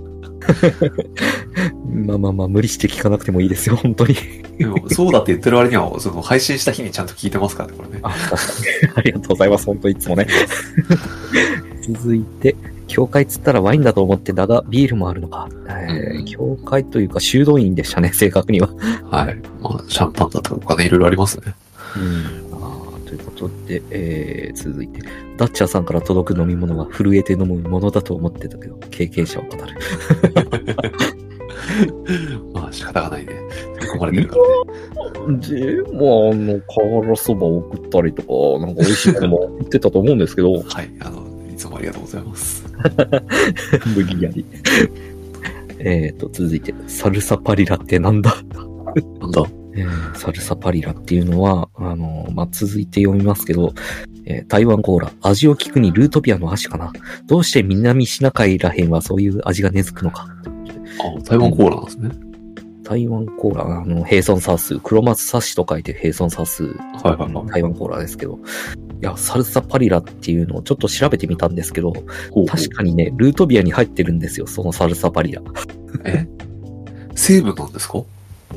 まあまあまあ、無理して聞かなくてもいいですよ、本当に。 でも、そうだって言ってる割には、その、配信した日にちゃんと聞いてますからね、これね。 あ、確かに。ありがとうございます、本当いつもね。続いて、教会つったらワインだと思ってたが、ビールもあるのか。えー、教会というか、修道院でしたね、正確には。 はい。まあ、シャンパンだとかね、いろいろありますね。 うん。あということで、えー、続いて、ダッチャーさんから届く飲み物は震えて飲むものだと思ってたけど、経験者は語る。 まあ仕方がないね。追い込まれてるからね。 でも、あの、瓦そば送ったりとか、なんか美味しいものも言ってたと思うんですけど。 はい、あの、いつもありがとうございます。 無理やり。えっと、続いて、サルサパリラってなんだなんだえー、サルサパリラっていうのは、あの、まあ、続いて読みますけど、えー、台湾コーラ、味を聞くにルートピアの箸かな。どうして南シナ海らへんはそういう味が根付くのか。 あ、台湾コーラなんですね。 台湾コーラ、あの、ヘイソンサース、黒松サシと書いてヘイソンサース、はいはいはい、 台湾コーラですけど、いや、サルサパリラっていうのをちょっと調べてみたんですけど、ほうほう確かにね、ルートビアに入ってるんですよ、そのサルサパリラ。 え成分なんですか？ うん。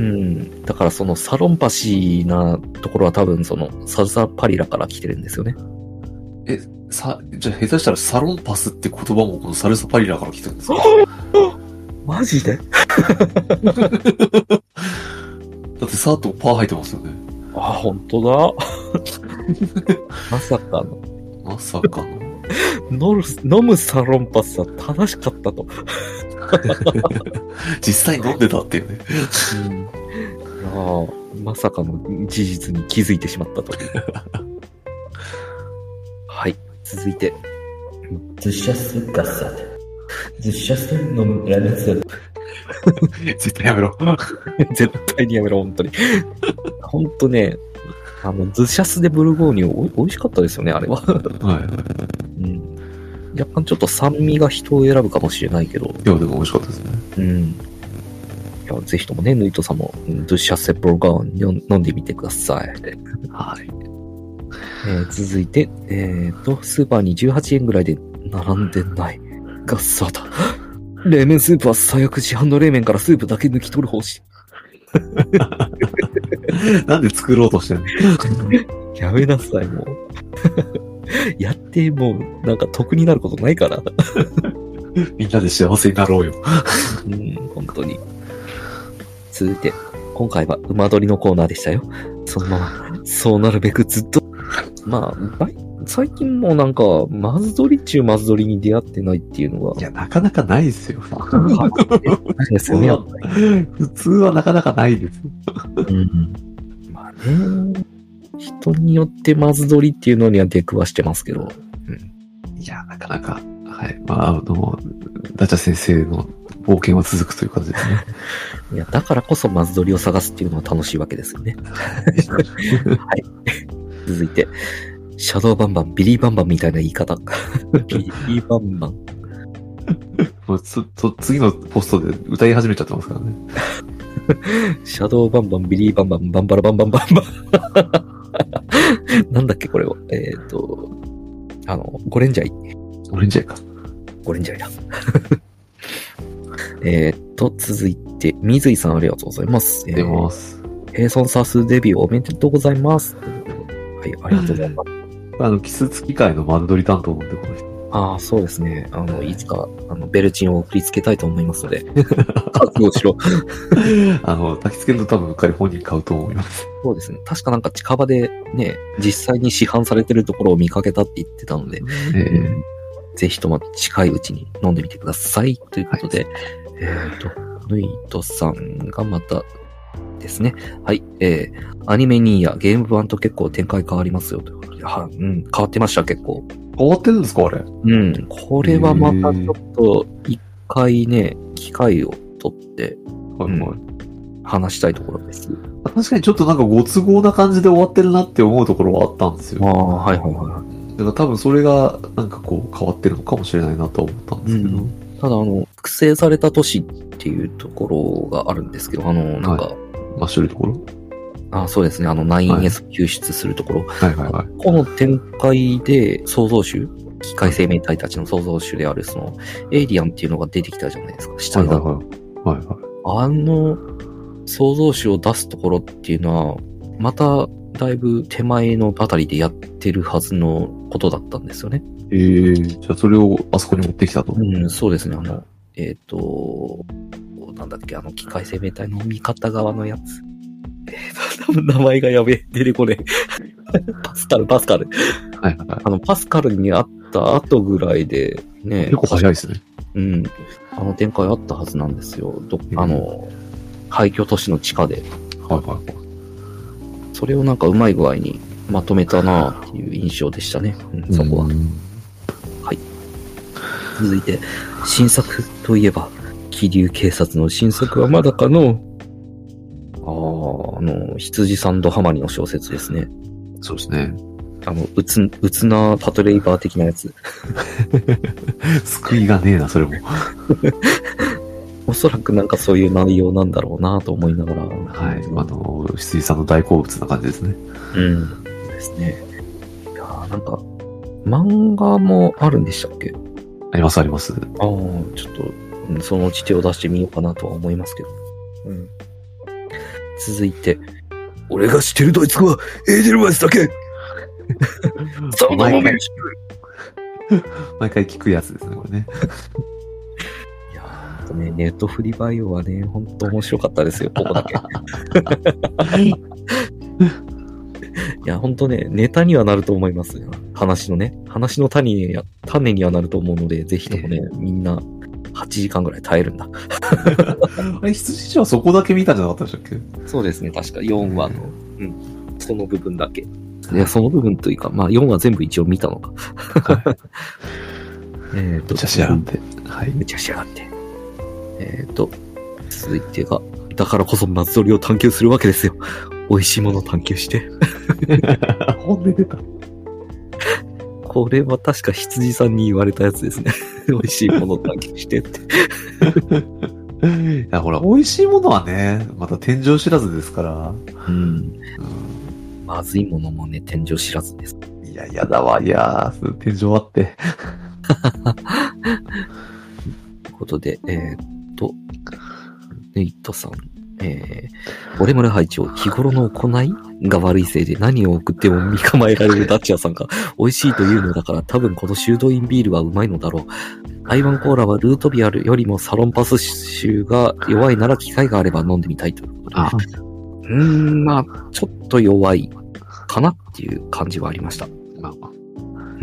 だからそのサロンパシなところは多分そのサルサパリラから来てるんですよね。 え、さ、じゃあ下手したらサロンパスって言葉もこのサルサパリラから来てるんですか？ マジで？ だってサーとパー入ってますよね。 あ、本当だ。まさかの。 まさかの。 飲む、飲むサロンパスは正しかったと。 実際飲んでたっていうね。 うん、ああ、まさかの事実に気づいてしまったという。はい、続いて。 ズシャスガッサテ。ズシャス飲むラメンスープ。 絶対やめろ。 絶対にやめろ、本当に。本当ね、あの、ズシャスでブルゴーニュお、美味しかったですよね、あれは。 はい。 うん。若干ちょっと酸味が人を選ぶかもしれないけど。 いや、でも美味しかったですね。 うん。いや、ぜひともね、ヌイトさんも、ズシャスブルゴーニュ飲んでみてください。 はい。 えー、続いて、えーと、スーパーにじゅうはちえんぐらいで並んでない。ガッサーだ。冷麺スープは最悪市販の冷麺からスープだけ抜き取る方針。 なんで作ろうとしてんの？やめなさい、もう。やって、もう、なんか得になることないから。 みんなで幸せになろうよ。 うん、本当に。続いて、今回は馬取りのコーナーでしたよ。そのまま、そうなるべくずっと。まあ、最近もなんか、マズドリ中マズドリに出会ってないっていうのが。 いや、なかなかないですよ。 ないですよね、やっぱり。 普通はなかなかないです。 うん。まあね、人によってマズドリっていうのには出くわしてますけど。 うん、いや、なかなか、はい。まあ、あの、ダチャ先生の冒険は続くという感じですね。 いや、だからこそマズドリを探すっていうのは楽しいわけですよね。はい。続いて、シャドウバンバン、ビリーバンバンみたいな言い方。ビリーバンバン。 もうつと次のポストで歌い始めちゃってますからね。 シャドウバンバン、ビリーバンバン、バンバラバンバンバンバン。なんだっけ、これは。えっと、あの、ゴレンジャイ。 ゴレンジャイか。 ゴレンジャイだ。えっと、続いて、水井さんありがとうございます。 ありがとうございます。 えー、ヘイソンサースデビューおめでとうございます。はい、ありがとうございます。 あの、キス付き会のマンドリ担当なんで、この人。 ああ、そうですね。あの、いつか、あの、ベルチンを送りつけたいと思いますので、覚悟しろ。 あの、焚き付けると多分うっかり本人買うと思います。 そうですね。確かなんか近場でね、実際に市販されてるところを見かけたって言ってたので、 えー、 ぜひとも近いうちに飲んでみてください。ということで、はい、えっと、ヌイトさんがまたですね。はい。えー、アニメニーヤ、ゲーム版と結構展開変わりますよ。ということで、は、うん、変わってました、結構。 変わってるんですか、あれ。 うん。これはまたちょっと、一回ね、機会を取って、 はいはい、 うん、話したいところです。 確かにちょっとなんかご都合な感じで終わってるなって思うところはあったんですよ。 ああ、はいはいはい。 だから多分それがなんかこう変わってるのかもしれないなと思ったんですけど。うん、 ただあの、複製された都市っていうところがあるんですけど、あの、なんか、はい、 マッシュルところあ、そうですね。あの ナインエス 救出するところ。 はいはいはい。 この展開で創造主、機械生命体たちの創造主であるそのエイリアンっていうのが出てきたじゃないですか。死体が。はいはいはい。 あの創造主を出すところっていうのは、まただいぶ手前のあたりでやってるはずのことだったんですよね。 ええー、じゃあそれをあそこに持ってきたと。 うん、そうですね。あの、えっと、なんだっけ、あの機械生命体の味方側のやつ。えーと、多分名前がやべえ、出てこねえ。パスカル、パスカル。 はいはいはい。 あの、パスカルに会った後ぐらいで、ね。 結構早いですね。 うん。あの展開あったはずなんですよ。ど、あの、廃墟都市の地下で。 はいはいはい。 それをなんかうまい具合にまとめたなっていう印象でしたね。うん、そこは。はい。続いて、新作といえば、気流警察の新作はまだかのああ、あの、羊さんドハマりの小説ですね。 そうですね。 あの、うつ、うつなパトレイバー的なやつ。 救いがねえな、それも。 おそらくなんかそういう内容なんだろうなと思いながら。 はい。あの、羊さんの大好物な感じですね。 うん。ですね。いやーなんか、漫画もあるんでしたっけ？ ありますあります。ああ、 ちょっと、そのうち手を出してみようかなとは思いますけど。うん。 続いて、俺が知ってるドイツ語はエーデルワイスだけその毎回、毎回聞くやつですね、これね。 いやー、ほんとね、ネットフリバイオはね、ほんと面白かったですよ、ここだけ。いや、ほんとね、ネタにはなると思いますよ。話のね、話の種に種にはなると思うので、ぜひともね、みんなはちじかんぐらい耐えるんだ。 あれ、羊ちゃんはそこだけ見たんじゃなかったでしたっけ？ そうですね、確かよんわの、うん、その部分だけ。いや、その部分というか、まあよんわ全部一応見たのか。はい、えっと、 めっちゃしやがって。はい。 めっちゃしやがって。えっと、続いてが、だからこそ松鳥を探求するわけですよ。美味しいものを探求して。 本で出た。 これは確か羊さんに言われたやつですね。美味しいものを探求してって。 いや、ほら、美味しいものはね、また天井知らずですから。 うん。うん、まずいものもね、天井知らずです。 いや、やだわ、いやー、天井あって。 ということで、えー、っと、ネイトさん。えー、俺村拝長、日頃の行いが悪いせいで何を送っても見構えられるダッチアさんが美味しいというのだから多分この修道院ビールはうまいのだろう。台湾コーラはルートビアルよりもサロンパス臭が弱いなら機会があれば飲んでみたいということで。ああうーん、まあ、ちょっと弱いかなっていう感じはありました。まあまあ。うん。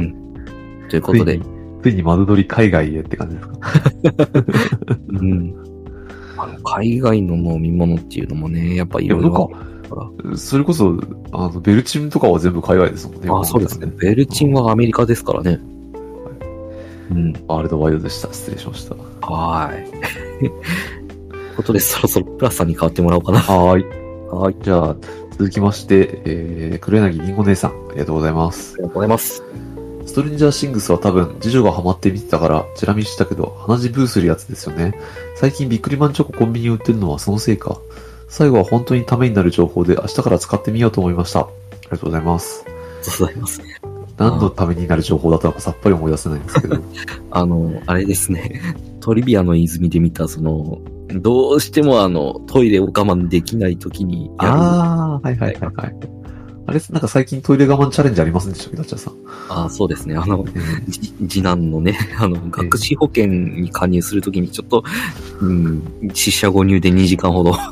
ということで。 ついに窓取り海外へって感じですかうん。あの海外の飲み物っていうのもね、やっぱいろいろある。それこそ、あの、ベルチンとかは全部海外ですもんね。 ああ、そうですね。ベルチンはアメリカですからね。 うん。ワールドワイドでした。失礼しました。 はーい。ということで、そろそろプラスさんに変わってもらおうかな。 はーい。はい。じゃあ、続きまして、えー、黒柳りんご姉さん、ありがとうございます。 ありがとうございます。 ストレンジャーシングスは多分、次女がハマって見てたから、チラ見したけど、鼻血ブーするやつですよね。最近ビックリマンチョココンビニ売ってるのはそのせいか。最後は本当にためになる情報で明日から使ってみようと思いました。ありがとうございます。 ありがとうございます。 何のためになる情報だったのかさっぱり思い出せないんですけど。 あの、あれですね。トリビアの泉で見た、その、どうしてもあの、トイレを我慢できないときにやる。 ああ、はいはいはいはい。あれ、なんか最近トイレ我慢チャレンジありませんでしたっけ、ダッチャーさん。 ああ、そうですね。あの、次男のね、あの、学資保険に加入するときにちょっと、うん、四捨五入でにじかんほど。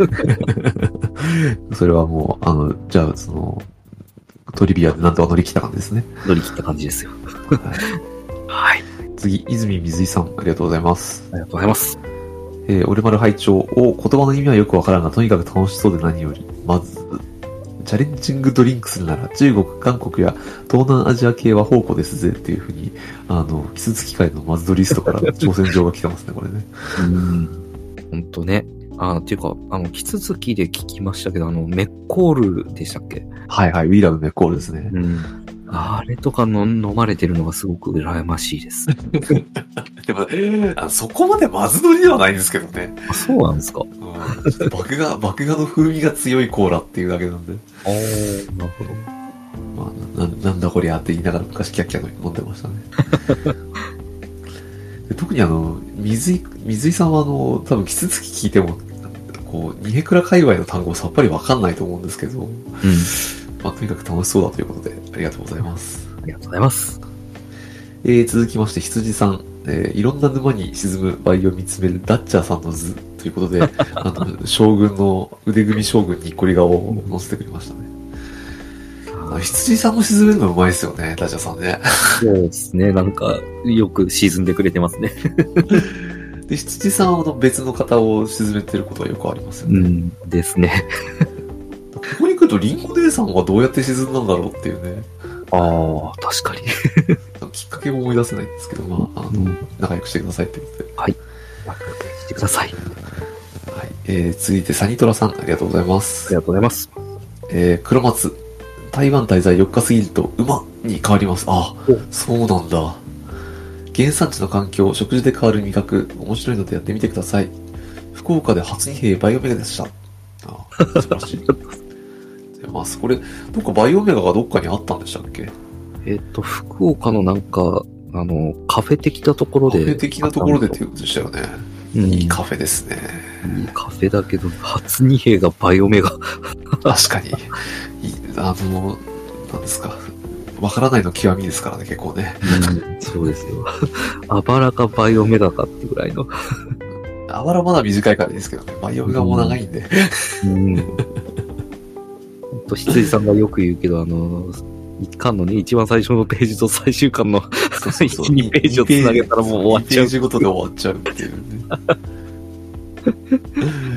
それはもう、あの、じゃあ、その、トリビアでなんとか乗り切った感じですね。 乗り切った感じですよ。はい。 次、泉水井さん、ありがとうございます。 ありがとうございます。 えー、俺丸拝聴を言葉の意味はよくわからんが、とにかく楽しそうで何より。まず、チャレンジングドリンクするなら中国、韓国や東南アジア系は宝庫ですぜっていうふうに、あの、キス付き会のマズドリストから挑戦状が来てますね、これね。 うん。ほんとね。あ、っていうか、あの、キツツキで聞きましたけど、あの、メッコールでしたっけ？ はいはい、ウィラブメッコールですね。 うん。あれとかの飲まれてるのがすごく羨ましいです。 でも、あそこまでマズドリではないんですけどね。 あ、そうなんですか。 うん、ちょっと麦芽、麦芽の風味が強いコーラっていうだけなんで。 ああ、なるほど。 まあ、な、なんだこりゃって言いながら昔キャッキャ飲んでましたね。特にあの、水井、水井さんはあの、多分キツツキ聞いても、こう、ニヘクラ界隈の単語さっぱりわかんないと思うんですけど、うん。まあ、とにかく楽しそうだということで、ありがとうございます。 ありがとうございます。 えー、続きまして、羊さん、えー、いろんな沼に沈むバイを見つめるダッチャーさんの図ということで、あの、将軍の、腕組み将軍にっこり顔を載せてくれましたね。あ、羊さんも沈めるのうまいですよね、ダッチャーさんね。 そうですね、なんか、よく沈んでくれてますね。 で、羊さんは別の方を沈めてることはよくありますよね。 うんですね。 ここに来るとリンゴ姉さんはどうやって沈んだんだろうっていうね。 ああ、確かに。 きっかけも思い出せないんですけど、まあ、あの、うん、仲良くしてくださいってことで。 はい。仲良くしてください。 はい。えー、続いてサニトラさん、ありがとうございます。 ありがとうございます。 えー、黒松。台湾滞在よっか過ぎると馬に変わります。あ、そうなんだ。原産地の環境、食事で変わる味覚、面白いのでやってみてください。福岡で初二兵バイオメガでした。あ、素晴らしい。まあ、これ、どっかバイオメガがどっかにあったんでしたっけ？ えっと、福岡のなんか、あの、カフェ的なところで。 カフェ的なところでっていうことでしたよね。 いいカフェですね。 いいカフェだけど、初二兵がバイオメガ。 確かに。いあの、なんですか。わからないの極みですからね、結構ね。 うん、そうですよ。あばらかバイオメガかってぐらいの。 あばらまだ短いからいいですけどね。バイオメガも長いんで。 うん。ほんと、羊さんがよく言うけど、あの、一巻のね、一番最初のページと最終巻のいち、にページをつなげたらもう終わっちゃう。 にページごとで終わっちゃうっていうね。そう。なんで、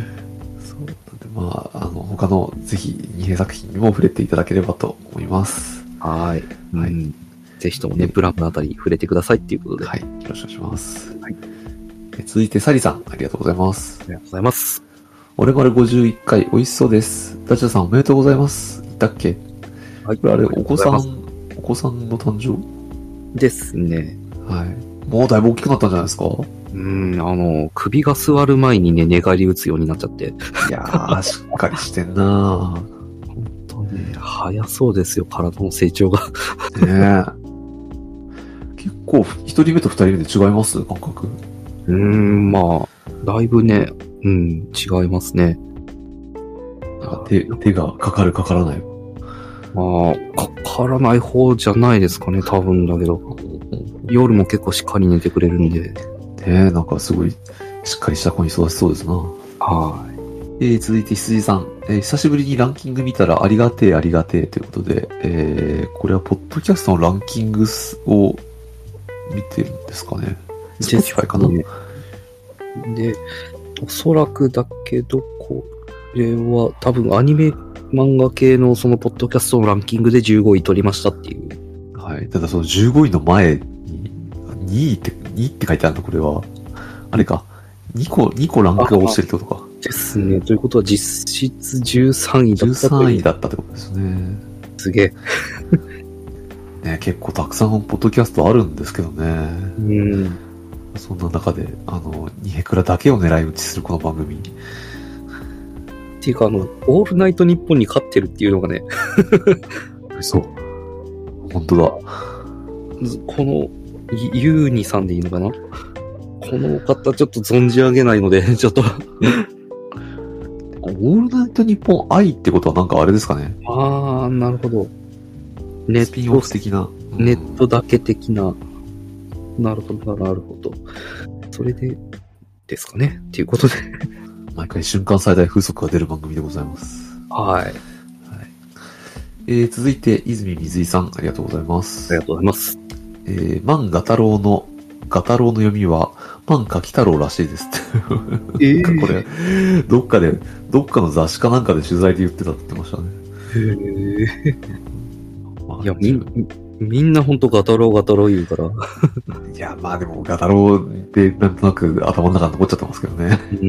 まあ、あの、他のぜひ二兵作品にも触れていただければと思います。 はい。はい。うん、ぜひともね、ブラムのあたり触れてくださいっていうことで。 はい。よろしくお願いします。 はい。 続いて、サリさん、ありがとうございます。 ありがとうございます。 俺丸ごじゅういっかい、美味しそうです。ダチャさん、おめでとうございます。いたっけ？はい。これあれ、お子さん、お子さんの誕生ですね。 はい。もうだいぶ大きくなったんじゃないですか？ うん、あの、首が座る前にね、寝返り打つようになっちゃって。 いやー、しっかりしてんなー。 ほんとね、早そうですよ、体の成長が。 ねえ。結構、一人目と二人目で違います感覚？ うーん、まあ、だいぶね、うん、違いますね。 手、手がかかるかからない。 まあ、かからない方じゃないですかね、多分だけど。夜も結構しっかり寝てくれるんで。 ねえ、なんかすごい、しっかりした子に育ちそうですな。 はい。 えー、続いて羊さん、えー。久しぶりにランキング見たらありがてえありがてえということで、えー、これはポッドキャストのランキングを見てるんですかね。スポティファイかな。 で、おそらくだけど、これは多分アニメ漫画系のそのポッドキャストのランキングでじゅうごい取りましたっていう。 はい。ただそのじゅうごいの前に、にいって、にいって書いてあるのこれは。あれか。にこ、にこランクが落ちてるってことか。 ですね。ということは実質じゅうさんいだった。 じゅうさんいだったってことですね。 すげえ。ね、結構たくさんポッドキャストあるんですけどね。 うん。 そんな中で、あの、ニヘクラだけを狙い撃ちするこの番組。 っていうか、あの、オールナイトニッポンに勝ってるっていうのがね。 そう。本当だ。 この、ユーニさんでいいのかな？この方ちょっと存じ上げないので、ちょっと。 オールナイトニッポン愛ってことはなんかあれですかね。 あー、なるほど。ネット、 スピンオフ的な。 うん、ネットだけ的な。なるほど、なるほど。それで、ですかね。っていうことで。 毎回瞬間最大風速が出る番組でございます。 はい。はい、 えー、続いて、泉水井さん、ありがとうございます。 ありがとうございます。 えー、万ガ太郎の、ガ太郎の読みは、万柿太郎らしいですって。えー、これ、どっかで、どっかの雑誌かなんかで取材で言ってたって言ってましたね。 へー。まあ、いや、み、みんなほんとガタロウガタロウ言うから。 いや、まあでもガタロウってなんとなく頭の中に残っちゃってますけどね。 うん。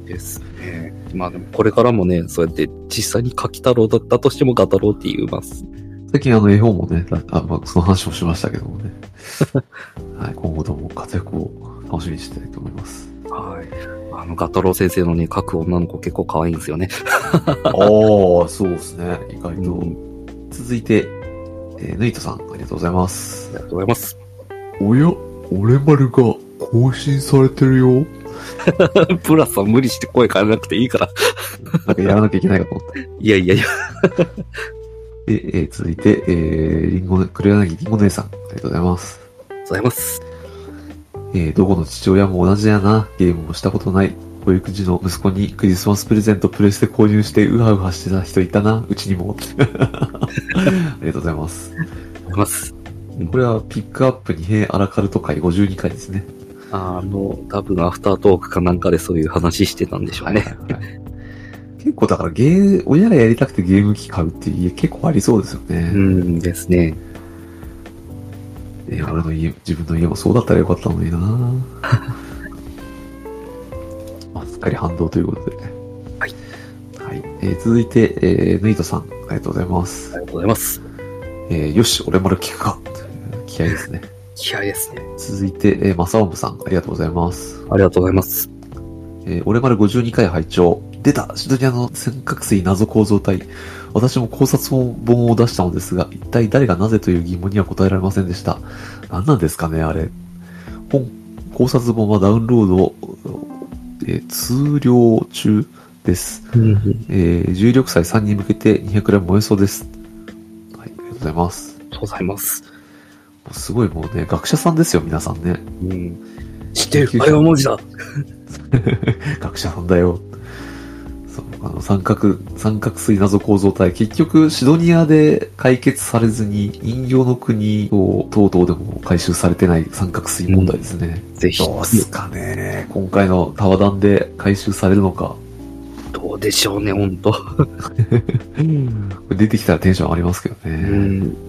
ですね。まあでもこれからもね、そうやって実際に柿太郎だったとしてもガタロウって言います。 最近あの絵本もね、あ、まあその話もしましたけどもね。はい、今後とも活躍を楽しみにしたいと思います。 はい。あのガタロウ先生のね、描く女の子結構可愛いんですよね。 ああ、そうですね。意外と。うん、続いて、えー、ヌイトさん、ありがとうございます。 ありがとうございます。 おや、俺丸が更新されてるよ。 プラスは無理して声変えなくていいから。 なんかやらなきゃいけないかと思って。 いやいやいや。 で、えー、続いて、えー、リンゴ、黒柳りんご姉さん、ありがとうございます。 ありがとうございます。 えー、どこの父親も同じやな。ゲームもしたことない。保育時の息子にクリスマスプレゼントプレスで購入してウハウハしてた人いたな。うちにも。ありがとうございます。 ありがとうございます。 これはピックアップにへいアラカルト会ごじゅうにかいですね。 あの、多分アフタートークかなんかでそういう話してたんでしょうね。はいはいはい、 結構だからゲー、親がやりたくてゲーム機買うっていう家結構ありそうですよね。 うんですね。 えー、俺の家、自分の家もそうだったらよかったのになまあ、すっかり反動ということで。 はい。 はい。えー、続いて、えー、ヌイトさん、ありがとうございます。 ありがとうございます。 えー、よし、俺まで聞くか。気合いですね。 気合いですね。 続いて、えー、マサオムさん、ありがとうございます。 ありがとうございます。 えー、俺までごじゅうにかい拝聴。出たシドニアの尖閣水謎構造体。私も考察本を出したのですが、一体誰がなぜという疑問には答えられませんでした。何なんですかね、あれ。本、 考察本はダウンロード、えー、通量中です。えー、重力祭さんに向けてにひゃくグラム燃えそうです。はい、ありがとうございます。 ありがとうございます。 もうすごいもうね、学者さんですよ、皆さんね。 うん。知ってる、あれは文字だ。 学者さんだよ。そう、あの、三角、三角錐謎構造体、結局、シドニアで解決されずに、人形の国を、等々でも回収されてない三角錐問題ですね。 うん、ぜひ。 どうすかね。今回のタワダンで回収されるのか。 どうでしょうね、ほんと。 出てきたらテンション上がりますけどね。 うん。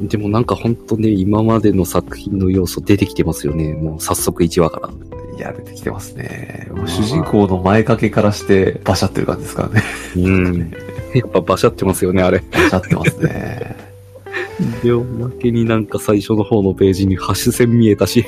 でもなんかほんとね、今までの作品の要素出てきてますよね。もう早速いちわから。 いや、出てきてますね。もう主人公の前掛けからしてバシャってる感じですからね。 うん。やっぱバシャってますよね、あれ。 バシャってますね。 で、おまけになんか最初の方のページにハッシュ線見えたし。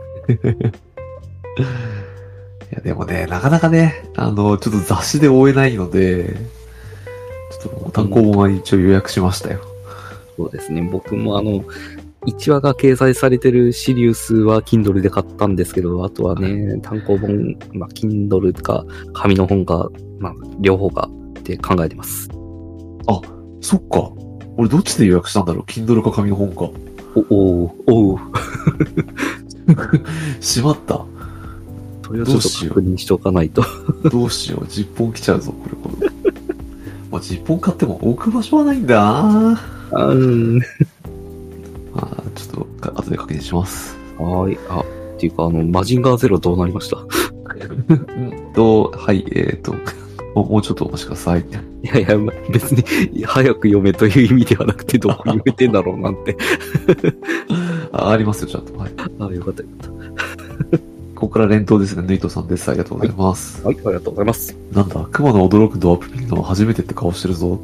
いや、でもね、なかなかね、あの、ちょっと雑誌で追えないので、ちょっと単行本は一応予約しましたよ。 そうですね。僕もあの、いちわが掲載されてるシリウスは Kindle で買ったんですけど、あとはね、単行本、まあ、Kindle か紙の本か、まあ、両方かって考えてます。 あ、そっか。俺どっちで予約したんだろう ?Kindle か紙の本か。 お、おう、おう。 しまった。 それをちょっと確認しておかないと。 どうしよう。じゅっぽん来ちゃうぞ、これ、これ。まあ、じゅっぽん買っても置く場所はないんだなぁ。うん。 まあ、ちょっと、後で確認します。 はい。あ、っていうか、あの、マジンガーゼロどうなりましたうんと、はい、えっ、ー、とも、もうちょっとお待ちください。 いやいや、別に、早く読めという意味ではなくて、どこに埋めてんだろうなんてあ。ありますよ、ちゃんと。はい。 あ、よかったよかった。 ここから連投ですね。ヌイトさんです。ありがとうございます。 はい、はい、ありがとうございます。 なんだ、熊の驚くドアップ見るのは初めてって顔してるぞ。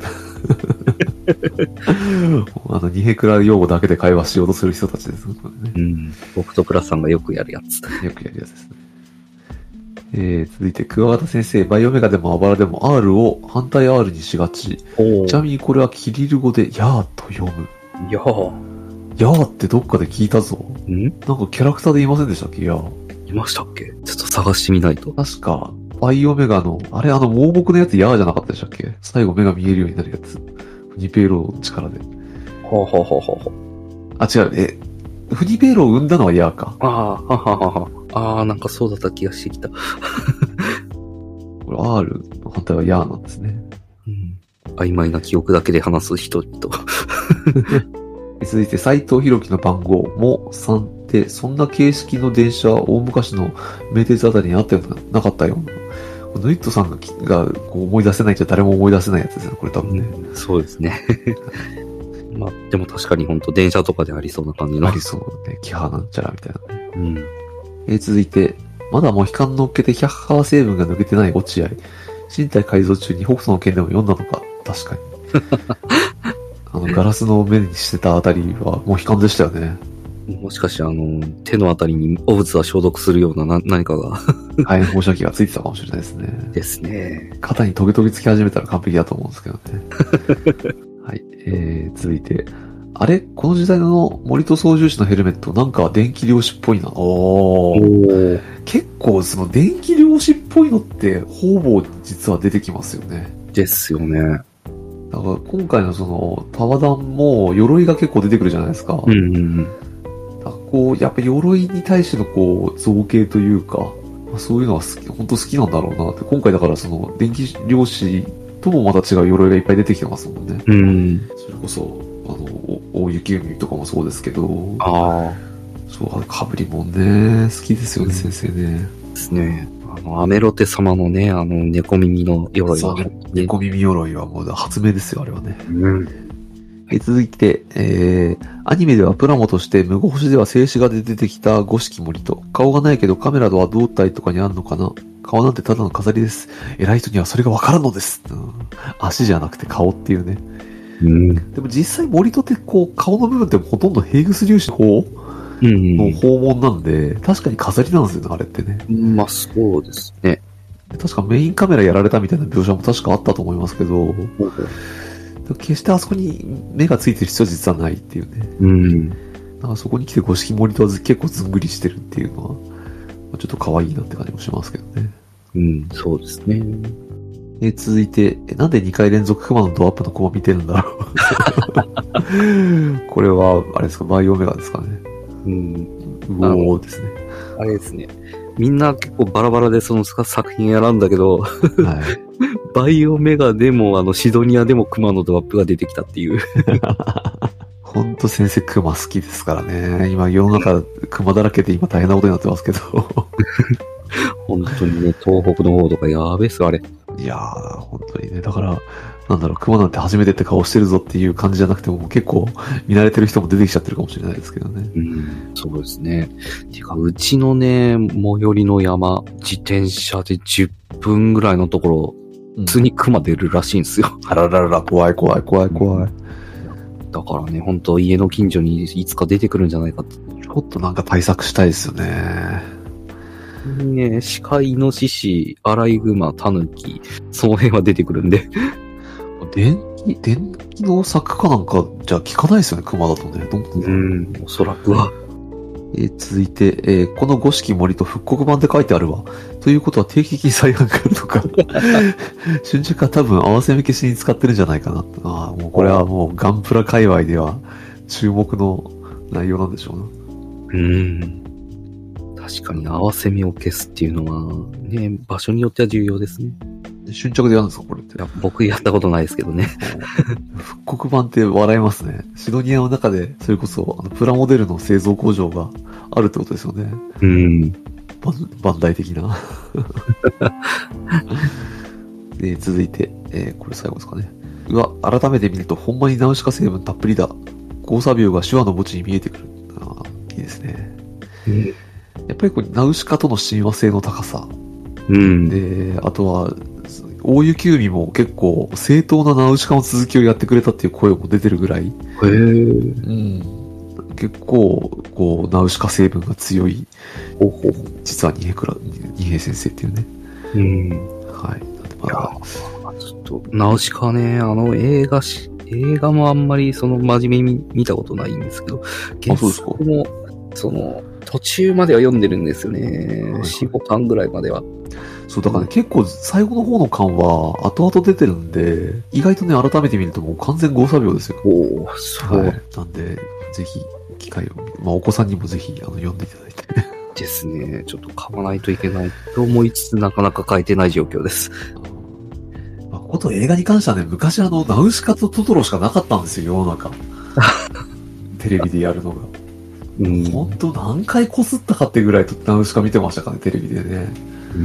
あの、ニヘクラ用語だけで会話しようとする人たちですね。 うん。僕とクラスさんがよくやるやつ。 よくやるやつですね。えー、続いて、クワガタ先生、バイオメガでもアバラでも R を反対 R にしがち。ちなみにこれはキリル語でヤーと読む。 ヤー。 ヤーってどっかで聞いたぞ。んなんかキャラクターで言いませんでしたっけヤー。 いましたっけちょっと探してみないと。 確か、バイオメガの、あれあの盲目のやつヤーじゃなかったでしたっけ最後目が見えるようになるやつ。フニペーロの力で。 はあ、はあはあはあ、違う、え、フニペーロを生んだのはヤーか。 ああ、ははははああ、なんかそうだった気がしてきた。これ R の反対はヤーなんですね。 うん。曖昧な記憶だけで話す人々。 続いて、斎藤弘樹の番号もさんってそんな形式の電車は大昔の名鉄あたりにあったような、なかったような。ヌイットさんががこう思い出せないじゃ誰も思い出せないやつですよね、これ多分ね。 うん、そうですね。まあ、でも確かに本当電車とかでありそうな感じの。 ありそうね。キハなんちゃらみたいなね。 うん。 えー、続いて、まだモヒカン乗っけてヒャッハー成分が抜けてない落合。身体改造中に北斗の剣でも読んだのか。確かに。あの、ガラスの目にしてたあたりはモヒカンでしたよね。 もしかしてあの、手のあたりに汚物は消毒するようなな何かが。 火炎放射器がついてたかもしれないですね。 ですね。 肩にトゲトゲつき始めたら完璧だと思うんですけどね。はい。えー、続いて。あれこの時代の森と操縦士のヘルメット、なんか電気量子っぽいな。おー。結構その電気量子っぽいのって、ほぼ実は出てきますよね。 ですよね。 だから今回のその、タワダンも鎧が結構出てくるじゃないですか。 うんうんうん。 こう、やっぱ鎧に対してのこう、造形というか、まあ、そういうのは好き、本当好きなんだろうなって。今回だからその、電気量子ともまた違う鎧がいっぱい出てきてますもんね。 うん。 それこそ、あの、大雪海とかもそうですけど、 ああ。 そう、かぶりもんね、好きですよね、うん、先生ね。 ですね。あの、アメロテ様のね、あの、猫耳の鎧は、 ね。猫耳鎧はもう発明ですよ、あれはね。 うん。 はい、続いて、えー、アニメではプラモとして無星では静止画で出てきた五色森と、顔がないけどカメラとは胴体とかにあんのかな。顔なんてただの飾りです。偉い人にはそれがわからんのです、うん。足じゃなくて顔っていうね。 うん、 でも実際森とってこう、顔の部分ってほとんどヘイグス粒子の方の訪問なんで、うん、確かに飾りなんですよね、あれってね。 まあそうですね。 確かメインカメラやられたみたいな描写も確かあったと思いますけど、うん決してあそこに目がついてる必要は実はないっていうね。 うん。 だからそこに来て五色森とは結構ずんぐりしてるっていうのは、 ちょっと可愛いなって感じもしますけどね。 うん、そうですね。 え続いて、なんでにかい連続熊のドアップのコマ見てるんだろう。これは、あれですか、バイオメガですかね。 うん。 うおーですね。 あれですね。みんな結構バラバラでその作品選んだけど、はい、バイオメガでもあのシドニアでも熊のドアップが出てきたっていう。 ほんと先生熊好きですからね。今世の中熊だらけで今大変なことになってますけど。 本当にね、東北の方とかやべえっす、あれ。 いやー、本当にね。だから、なんだろう、熊なんて初めてって顔してるぞっていう感じじゃなくても、結構見慣れてる人も出てきちゃってるかもしれないですけどね。 うん、そうですね。てか、うちのね、最寄りの山、自転車でじゅっぷんぐらいのところ、普通に熊出るらしいんですよ。 あらららら、怖い怖い怖い怖い。 だからね、本当家の近所にいつか出てくるんじゃないかって。ちょっとなんか対策したいですよね。 ね、鹿、イノシシ、アライグマ、タヌキ、その辺は出てくるんで。 電気、電気の柵かなんかじゃ効かないですよね、熊だとね。どううん、おそらくは。 えー、続いて、えー、この五色森と復刻版って書いてあるわ。ということは定期的に再販があるとか。春秋は多分合わせ目消しに使ってるんじゃないかな。ああ、もうこれはもうガンプラ界隈では注目の内容なんでしょうな。 うん。確かに合わせ目を消すっていうのは、ね、場所によっては重要ですね。 瞬着でやるんですかこれって。 いや、僕やったことないですけどね。 復刻版って笑いますね。シドニアの中で、それこそ、あのプラモデルの製造工場があるってことですよね。 うん。 バン、バンダイ的な。で、続いて、えー、これ最後ですかね。うわ、改めて見ると、ほんまにナウシカ成分たっぷりだ。交差秒が手話の墓地に見えてくる。ああ、いいですね。 うん、 やっぱりこれ、ナウシカとの親和性の高さ。 うん。 で、あとは、大雪海も結構正当なナウシカの続きをやってくれたっていう声も出てるぐらい。へー。 うん。結構、こう、ナウシカ成分が強い。 ほほ実は二平クラ、二平先生っていうね。 うん。 はい。 まあ、ちょっと、ナウシカね、あの映画し、映画もあんまりその真面目に見たことないんですけど、原作も、その、途中までは読んでるんですよね。よん、ごかんぐらいまでは。 そう、だからね、結構最後の方の巻は後々出てるんで、意外とね、改めて見るともう完全合作病ですよ。 おー、そう。はい、 なんで、ぜひ、機会を、まあお子さんにもぜひ、あの、読んでいただいて。 ですね。ちょっと買わないといけないと思いつつ、なかなか買えてない状況です。 まあ、こと映画に関してはね、昔あの、ナウシカとトトロしかなかったんですよ、世の中。テレビでやるのが。うん。ほんと何回こすったかってぐらいナウシカ見てましたかね、テレビでね。 うん。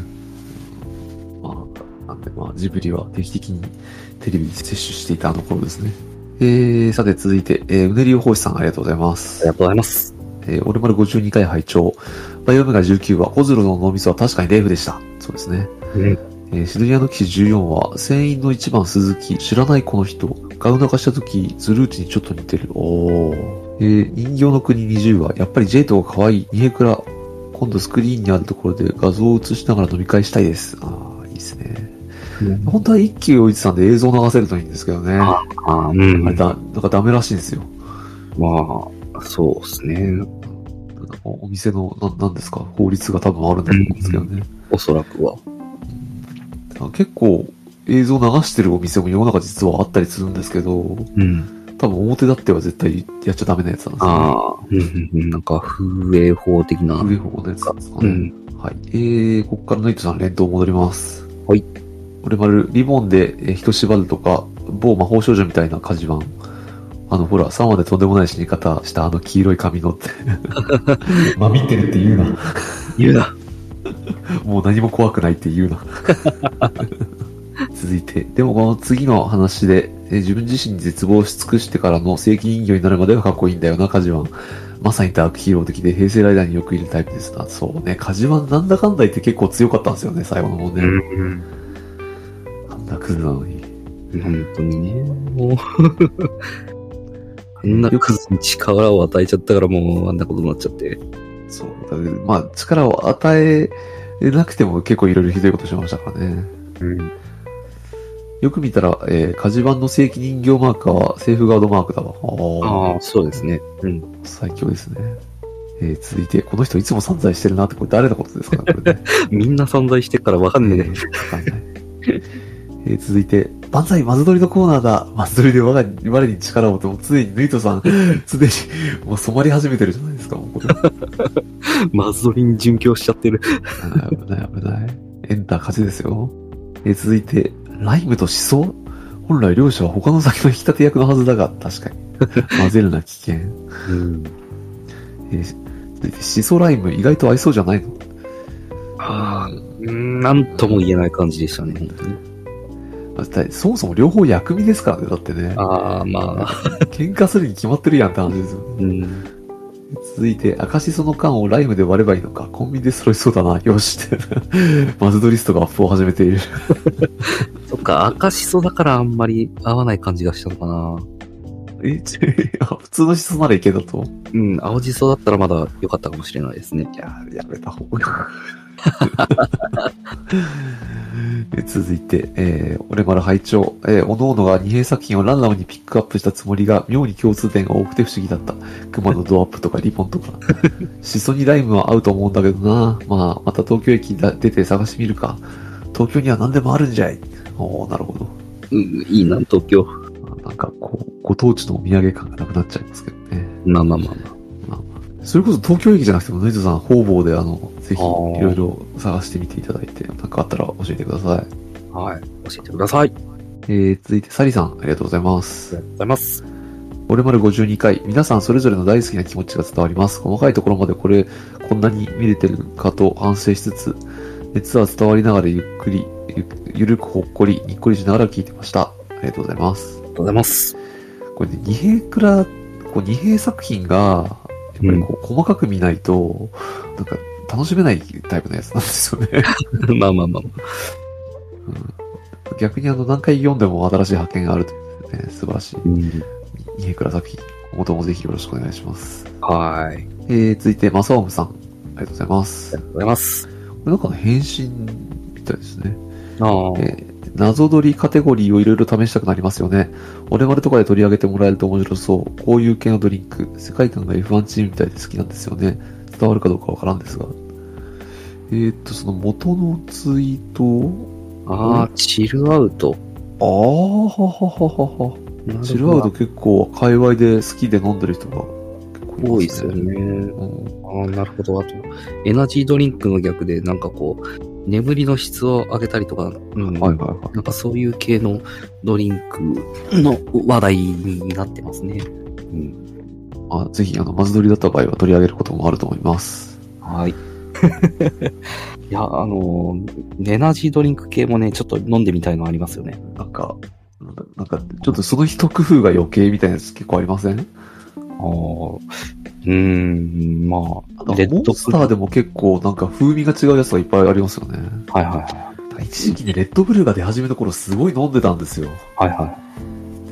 まあ、なんでまあ、ジブリは定期的にテレビで摂取していたあの頃ですね。えー、さて続いて、えー、うねりおほしさんありがとうございます。 ありがとうございます。 えー、俺丸ごじゅうにかい拝聴。バイオメガじゅうきゅうは、コズロの脳みそは確かにレイフでした。そうですね。 うん。 えー、シドニアの騎士じゅうよんは、船員の一番鈴木、知らないこの人、ガウナ化した時、ズルーチにちょっと似てる。おー。えー、人形の国にじゅうは、やっぱりジェイトが可愛い、ニヘクラ、今度スクリーンにあるところで画像を映しながら飲み会したいです。ああ、いいですね。うん、本当は一休洋一さんで映像流せるといいんですけどね。ああ、うん。あれだ、なんかダメらしいんですよ。 まあ、そうですね。 お店の、な、なんですか、法律が多分あるんだと思うんですけどね。うん、 おそらくは。 うん、結構映像流してるお店も世の中実はあったりするんですけど、うん。多分表立っては絶対やっちゃダメなやつなんですよね。ああ、 うんうん、なんか風営法的な。 風営法のやつですかね。うん、はい。えー、ここからナイトさん連投戻ります。 はい。 これまるリボンで、えー、人縛るとか、某魔法少女みたいな火事版。あの、ほら、さんわでとんでもない死に方したあの黄色い髪のって。まみってるって言うな。 言うな。 もう何も怖くないって言うな。続いて、でもこの次の話で、えー、自分自身に絶望し尽くしてからの正規人形になるまではかっこいいんだよな、カジワン。まさにダークヒーロー的で平成ライダーによくいるタイプですな。そうね、カジワンなんだかんだ言って結構強かったんですよね、最後の方ね。うんうん、あんなクズなのに。 本当にね、もう。あんなクズに力を与えちゃったからもうあんなことになっちゃって。 そう。だからまあ、力を与えなくても結構いろいろひどいことしましたからね。うん。よく見たら、えー、カジバンの正規人形マーカーはセーフガードマークだわ。 ああ、そうですね。 うん。最強ですね。 えー、続いて、この人いつも存在してるなって、これ誰のことですかね、これね。 みんな存在してっからわかんねえね。 わかんない。えー、続いて、万歳、マズドリのコーナーだ。マズドリで我が、我に力をと、常にヌイトさん、常にもう染まり始めてるじゃないですか、もうこれ。 マズドリに準拠しちゃってる。 危ない危ない。エンター勝ちですよ。えー、続いて、ライムとシソ？本来両者は他の酒の引き立て役のはずだが、確かに。混ぜるな危険。 うん。 えー、続いて、シソライム意外と合いそうじゃないの？ はあ、うん、なんとも言えない感じでしたね、本当に。 そもそも両方薬味ですからね、だってね。 ああ、まあ。 喧嘩するに決まってるやんって話ですよね。 うん。 続いて、赤しその缶をライムで割ればいいのか。コンビニで揃いそうだな。よしって。マズドリストがアップを始めている。 そっか、赤しそだからあんまり合わない感じがしたのかな。 え、普通のしそならいけだと。 うん、青じそだったらまだ良かったかもしれないですね。 いや、やめた方がいい。続いて、えー、俺丸拝聴、えー、おのおのが二平作品をランダムにピックアップしたつもりが妙に共通点が多くて不思議だった。熊のドアップとかリボンとか。シソにライムは合うと思うんだけどな。まあ、また東京駅出て探してみるか。東京には何でもあるんじゃい。おー、なるほど。 うん、いいな、東京。 なんかこう、ご当地のお土産感がなくなっちゃいますけどね。 まあまあまあまあ。 まあまあ、それこそ東京駅じゃなくても、ヌイトさん方々であの、ぜひいろいろ探してみていただいて、なんかあったら教えてください。 はい。教えてください。 えー、続いてサリさん、ありがとうございます。 ありがとうございます。 俺丸ごじゅうにかい、皆さんそれぞれの大好きな気持ちが伝わります。細かいところまでこれ、こんなに見れてるかと反省しつつ、熱は伝わりながらゆっくり、ゆ, ゆるくほっこり、にっこりしながら聞いてました。ありがとうございます。 ありがとうございます。 これね、二平くら、こう二平作品が、やっぱりこう、細かく見ないと、なんか、楽しめないタイプのやつなんですよね。 まあまあまあ、 うん。逆にあの、何回読んでも新しい発見があるというね、素晴らしい。うん、二平くら作品、今後ともぜひよろしくお願いします。 はい。 えー、続いて、マサオムさん、ありがとうございます。 ありがとうございます。 これなんかの変身みたいですね。 ああ。 えー謎取りカテゴリーをいろいろ試したくなりますよね。俺丸とかで取り上げてもらえると面白そう。こういう系のドリンク。世界観が エフワン チームみたいで好きなんですよね。伝わるかどうかわからんですが。えー、っと、その元のツイート。 ああ、チルアウト。 ああ、ははははは。チルアウト結構、界隈で好きで飲んでる人が結構いますね。 多いですよね。うん、ああ、なるほど。あと、エナジードリンクの逆で、なんかこう、眠りの質を上げたりとか、うん、 はいはいはい。 なんかそういう系のドリンクの話題になってますね。うん。 あ、ぜひ、あの、マズドリだった場合は取り上げることもあると思います。 はい。いや、あの、エナジードリンク系もね、ちょっと飲んでみたいのありますよね。 なんか、なんか、ちょっとその一工夫が余計みたいなやつ結構ありません？ああ。うーん、まあ、 モンスターでも結構なんか風味が違うやつがいっぱいありますよね。 はいはいはい。 一時期にレッドブルーが出始めた頃すごい飲んでたんですよ。 はいはい。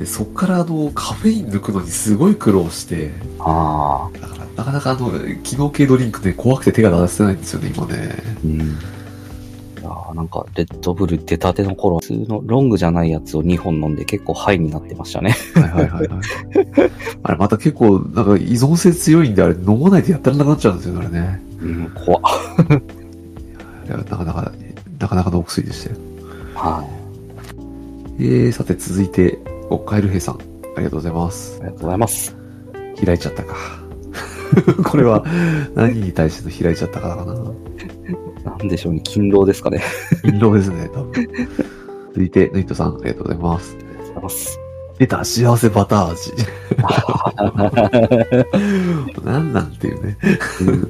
で、そっからあの、カフェイン抜くのにすごい苦労して。 ああ。 だから、なかなかあの、機能系ドリンクね、怖くて手が出せないんですよね、今ね。 うん。いやーなんか、レッドブル出たての頃、普通のロングじゃないやつをにほん飲んで結構ハイになってましたね。 はいはいはいはい。あれまた結構、なんか依存性強いんで、あれ飲まないとやったらなくなっちゃうんですよね、あれね。 うん、怖っ。 いや、なかなか、なかなかのお薬でしたよ。 はい。 えー、さて続いて、お、カエルヘイさん、ありがとうございます。 ありがとうございます。 開いちゃったか。これは、何に対しての開いちゃったかだかな。 なんでしょうね、勤労ですかね。 勤労ですね、多分。続いて、ヌイトさん、ありがとうございます。 ありがとうございます。 出た、幸せバター味。なんなんていうね。うん、いや、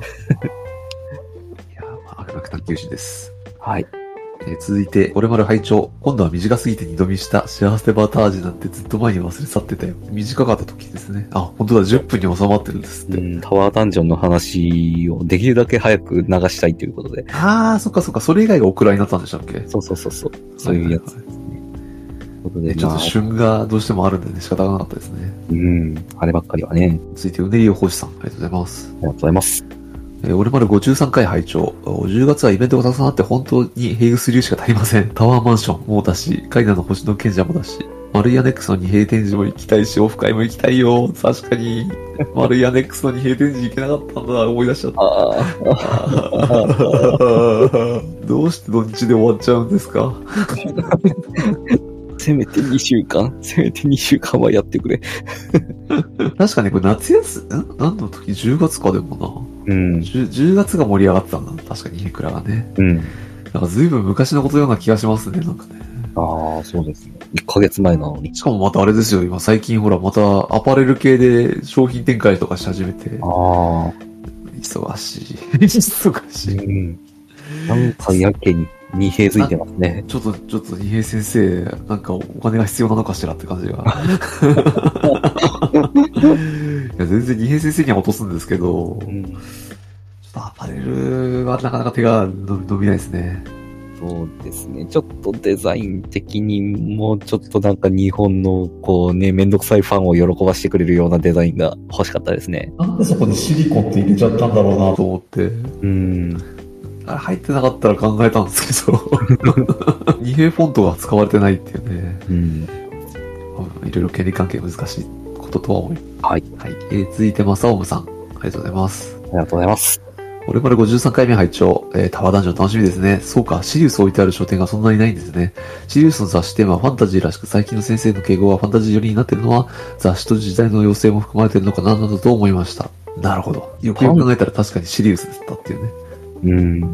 まあ、悪楽探求心です。 はい。 えー、続いて、これまで拝聴。今度は短すぎて二度見した幸せバター味なんてずっと前に忘れ去ってたよ。短かった時ですね。あ、本当だ、じゅっぷんに収まってるんですって。 うん、タワーダンジョンの話をできるだけ早く流したいということで。 あー、そっかそっか、それ以外がオクラになったんでしたっけ？ そうそうそうそう。そういうやつですね。 ことでちょっと旬がどうしてもあるんでね、仕方がなかったですね。 うん、あればっかりはね。 続いて、うねりおほしさん、ありがとうございます。 ありがとうございます。 えー、俺までごじゅうさんかい拝聴。じゅうがつはイベントがたくさんあって本当にヘイグス流しか足りません。タワーマンションもだし、カイナの星の賢者もだし。 丸いアネックスの二平展示も行きたいし、オフ会も行きたいよ。確かに。丸いアネックスの二平展示行けなかったんだ。思い出しちゃった。どうして土日で終わっちゃうんですか？ せめてにしゅうかん、せめてにしゅうかんはやってくれ。 確かにこれ夏休み、ん何の時 ?じゅう 月かでもな。うん。10, じゅうがつが盛り上がってたんだ。確かにインクラがね。うん。なんか随分昔のことのような気がしますね、なんかね。 ああ、そうですね。いっかげつまえなのに。 しかもまたあれですよ、今最近ほら、またアパレル系で商品展開とかし始めて。ああ。忙しい。忙しい。うん。 なんかやけに二平ついてますね。 ちょっと、ちょっと二平先生、なんかお金が必要なのかしらって感じが。いや全然二平先生には落とすんですけど、うん、ちょっとアパレルはなかなか手が伸びないですね。 そうですね。ちょっとデザイン的にもうちょっとなんか日本のこうね、めんどくさいファンを喜ばしてくれるようなデザインが欲しかったですね。 なんでそこにシリコンって入れちゃったんだろうなと思って。うん。あれ入ってなかったら考えたんですけど。二平フォントが使われてないっていうね。うん。いろいろ権利関係難しいこととは思います。はい。はい。えー、続いて、マサオムさん。ありがとうございます。 ありがとうございます。 俺までごじゅうさんかいめ拝聴、えー、タワーダンジョン楽しみですね。そうか、シリウス置いてある書店がそんなにないんですね。シリウスの雑誌テーマはファンタジーらしく、最近の先生の敬語はファンタジー寄りになっているのは、雑誌と時代の要請も含まれているのかな、などと思いました。なるほど。よくよく考えたら確かにシリウスだったっていうね。うん。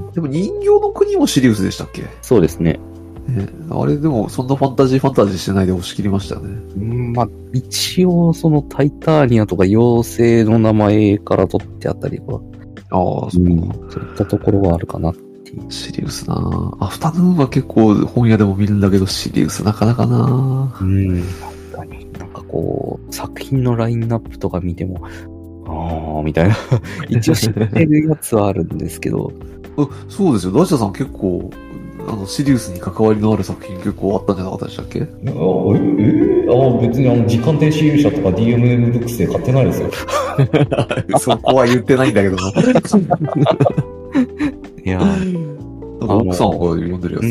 でも人形の国もシリウスでしたっけ？ そうですね。 ね、あれでもそんなファンタジーファンタジーしてないで押し切りましたね。 うん、まあ、一応そのタイターニアとか妖精の名前から取ってあったりは。ああ、そう、うん、そういったところはあるかなっていう。 シリウスなぁ。アフタヌーンは結構本屋でも見るんだけど、シリウスなかなかなぁ。うん、 確かに。なんかこう、作品のラインナップとか見ても、ああ、みたいな。一応知ってるやつはあるんですけど。 あ、そうですよ。ダシタさん結構、あの、シリウスに関わりのある作品結構あったんじゃなかったでしたっけ？あ、ええあ、別にあの、時間電子勇者とか ディーエムエム ブックスで買ってないですよ。 そこは言ってないんだけどな。 いやなんか奥さんが読んでるやつかな、うん、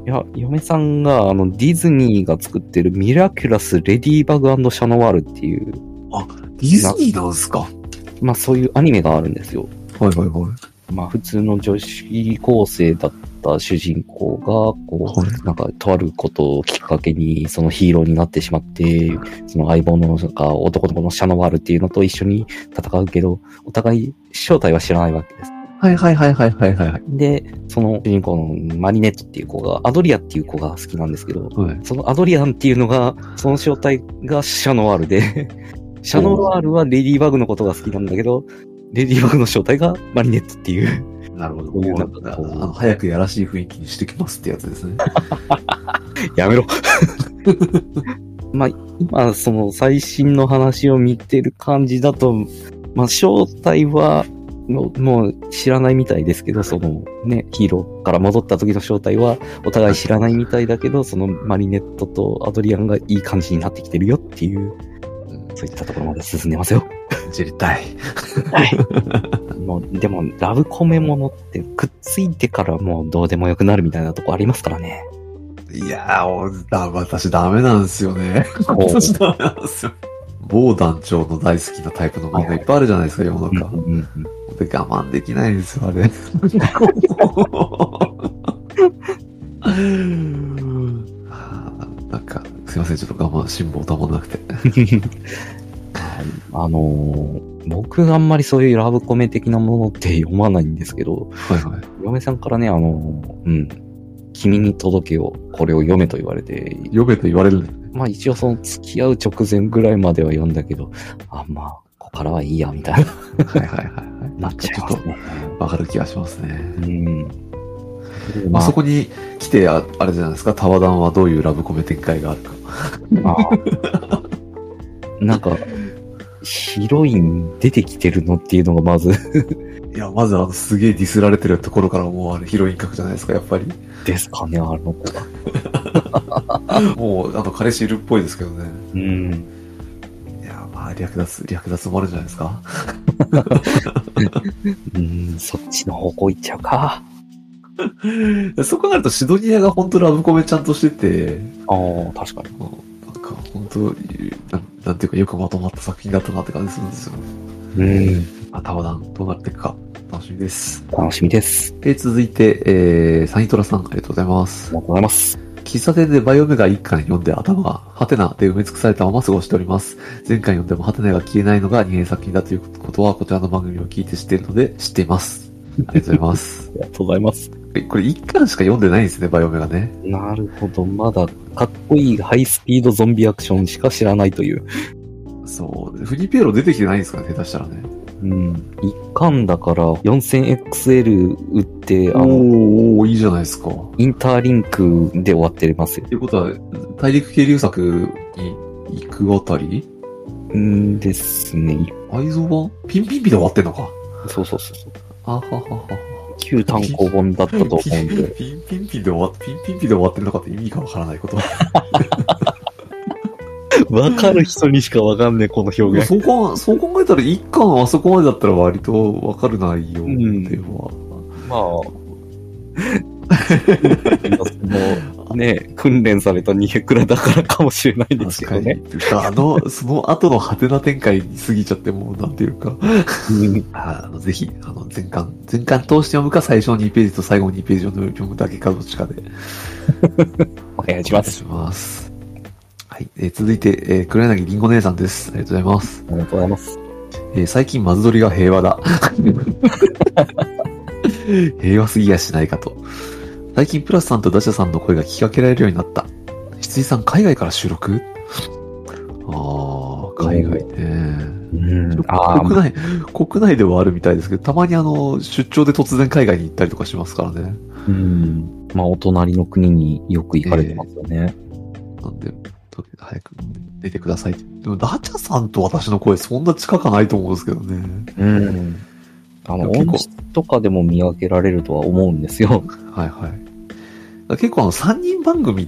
いや、嫁さんが、あの、ディズニーが作ってるミラキュラス・レディーバグ&シャノワールっていう。 あ、ディズニーなんすか？ まあ、そういうアニメがあるんですよ。 はいはいはい。 まあ、普通の女子高生だった主人公が、こう、はい、なんか、とあることをきっかけに、そのヒーローになってしまって、その相棒の、なんか、男の子のシャノワールっていうのと一緒に戦うけど、お互い正体は知らないわけです。 はいはいはいはいはいはい。 で、その主人公のマリネットっていう子が、アドリアっていう子が好きなんですけど、はい、そのアドリアンっていうのが、その正体がシャノワールで、シャノワールはレディーバグのことが好きなんだけど、レディーバグの正体がマリネットっていう。 なるほど。こういうなんかこう、あの、早くやらしい雰囲気にしてきますってやつですね。 やめろ。まあ、今、その最新の話を見てる感じだと、まあ、正体は、もう、もう知らないみたいですけど、そのね、ヒーローから戻った時の正体は、お互い知らないみたいだけど、そのマリネットとアドリアンがいい感じになってきてるよっていう、そういったところまで進んでますよ。 知りたい。 はい。もう、でも、ラブコメものってくっついてからもうどうでもよくなるみたいなとこありますからね。 いやー、だ私ダメなんですよね。私ダメなんですよ。某団長の大好きなタイプの漫画いっぱいあるじゃないですか、世の中。うんうんうん、で我慢できないんですよ、あれ。なんか、すいません、ちょっと我慢、辛抱保んなくて。 あのー、僕があんまりそういうラブコメ的なものって読まないんですけど、はいはい、嫁さんからね、あのー、うん、君に届けよ、これを読めと言われて。 読めと言われるんですね。 まあ一応その付き合う直前ぐらいまでは読んだけど、あ、まあ、ここからはいいや、みたいな。はいはいはい。 なっちゃいますね。わかる気がしますね。うん。まあそこに来て、あ, あれじゃないですか、タワダンはどういうラブコメ展開があるか。 あなんか、ヒロイン出てきてるのっていうのがまずいや、まずあの、すげえディスられてるところからもうあれヒロイン格じゃないですか、やっぱり。 ですかね、あの子が。 もう、あの、彼氏いるっぽいですけどね。うん。いや、まあ、略奪、略奪もあるんじゃないですか。 うん、そっちの方向行っちゃうか。 そう考えると、シドニアが本当ラブコメちゃんとしてて。 ああ、確かに。 なんか、 本当なん、なんていうかよくまとまった作品だったなって感じするんですよ。 うん。 あ、タワダンどうなっていくか楽しみです。 楽しみです。 で、続いて、えー、サニトラさんありがとうございます。 ありがとうございます。 喫茶店でバイオメガ一巻読んで頭がハテナで埋め尽くされたまま過ごしております。前回読んでもハテナが消えないのがにねん作品だということはこちらの番組を聞いて知っているので知っています。ありがとうございます。 ありがとうございます。 これ一巻しか読んでないんですね、バイオメガね。 なるほど。まだかっこいいハイスピードゾンビアクションしか知らないという。 そう。フリペロ出てきてないんですかね、下手したらね。 うん。一巻だから よんせんエックスエル 売って、あの、 おー、いいじゃないですか。 インターリンクで終わってますよ。 っていうことは、大陸系流作に行くあたりんですね。 愛蔵版ピンピンピで終わってんのか。 そうそうそうそう。 あははは。 旧単行本だったと思うんで。 ピンピンピンで終わって、ピンピンピンで終わってるのかって意味がわからないこと。 わかる人にしかわかんねえ、この表現。 そう考そう考えたら、一巻あそこまでだったら割とわかる内容では。 うん、まあ、そのね、訓練された逃げくらだからかもしれないんですけどね。 あの、その後のハテナ展開に過ぎちゃってもう、なんていうか。あのぜひ、あの、全巻、全巻通して読むか、最初のにページと最後のにページを読むだけかどっちかで。 お願いします。 お願いします。はい。えー、続いて、えー、黒柳りんご姉さんです。ありがとうございます。 ありがとうございます。 えー、最近、マズドリが平和だ。平和すぎやしないかと。最近、プラスさんとダチャさんの声が聞き分けられるようになった。羊さん、海外から収録？ああ、海外ね。 うん、 国内、国内ではあるみたいですけど、たまにあの、出張で突然海外に行ったりとかしますからね。 うん。まあ、お隣の国によく行かれてますよね。 えー、なんで、早く出てください。でも、ダチャさんと私の声そんな近かないと思うんですけどね。 うん。あの、音質とかでも見分けられるとは思うんですよ。 はいはい。結構あの、三人番組って、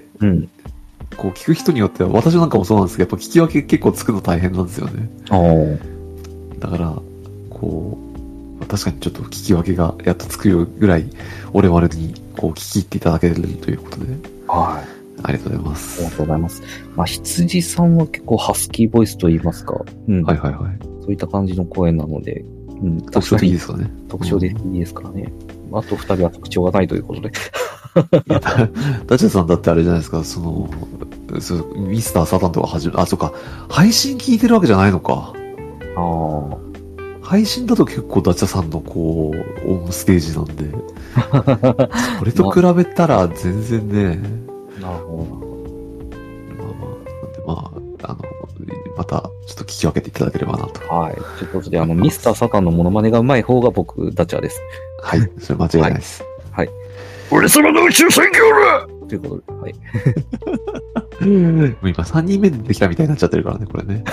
うん。 こう聞く人によっては、私なんかもそうなんですけど、やっぱ聞き分け結構つくの大変なんですよね。 ああ。だから、こう、確かにちょっと聞き分けがやっとつくぐらい、俺々にこう聞き入っていただけるということで。 はい。 ありがとうございます。 ありがとうございます。まあ、羊さんは結構ハスキーボイスと言いますか。 うん。はいはいはい。 そういった感じの声なので、 うん。特徴的ですかね。 特徴的ですからね。うん、あと二人は特徴がないということで。 いや、ダチャさんだってあれじゃないですか、その、そミスターサタンとか始め、あ、そっか、配信聞いてるわけじゃないのか。 ああ。 配信だと結構ダチャさんのこう、オウムステージなんで。それと比べたら全然ね。 なるほど。まあまあ、なんでまあ、あの、またちょっと聞き分けていただければなと。 はい。ということで、あの、ミスターサタンのモノマネが上手い方が僕、ダチャです。 はい。それ間違いないです。 はい。はい、俺様の宇宙宣言だということで、はい。 もう今さんにんめで出てきたみたいになっちゃってるからね、これね。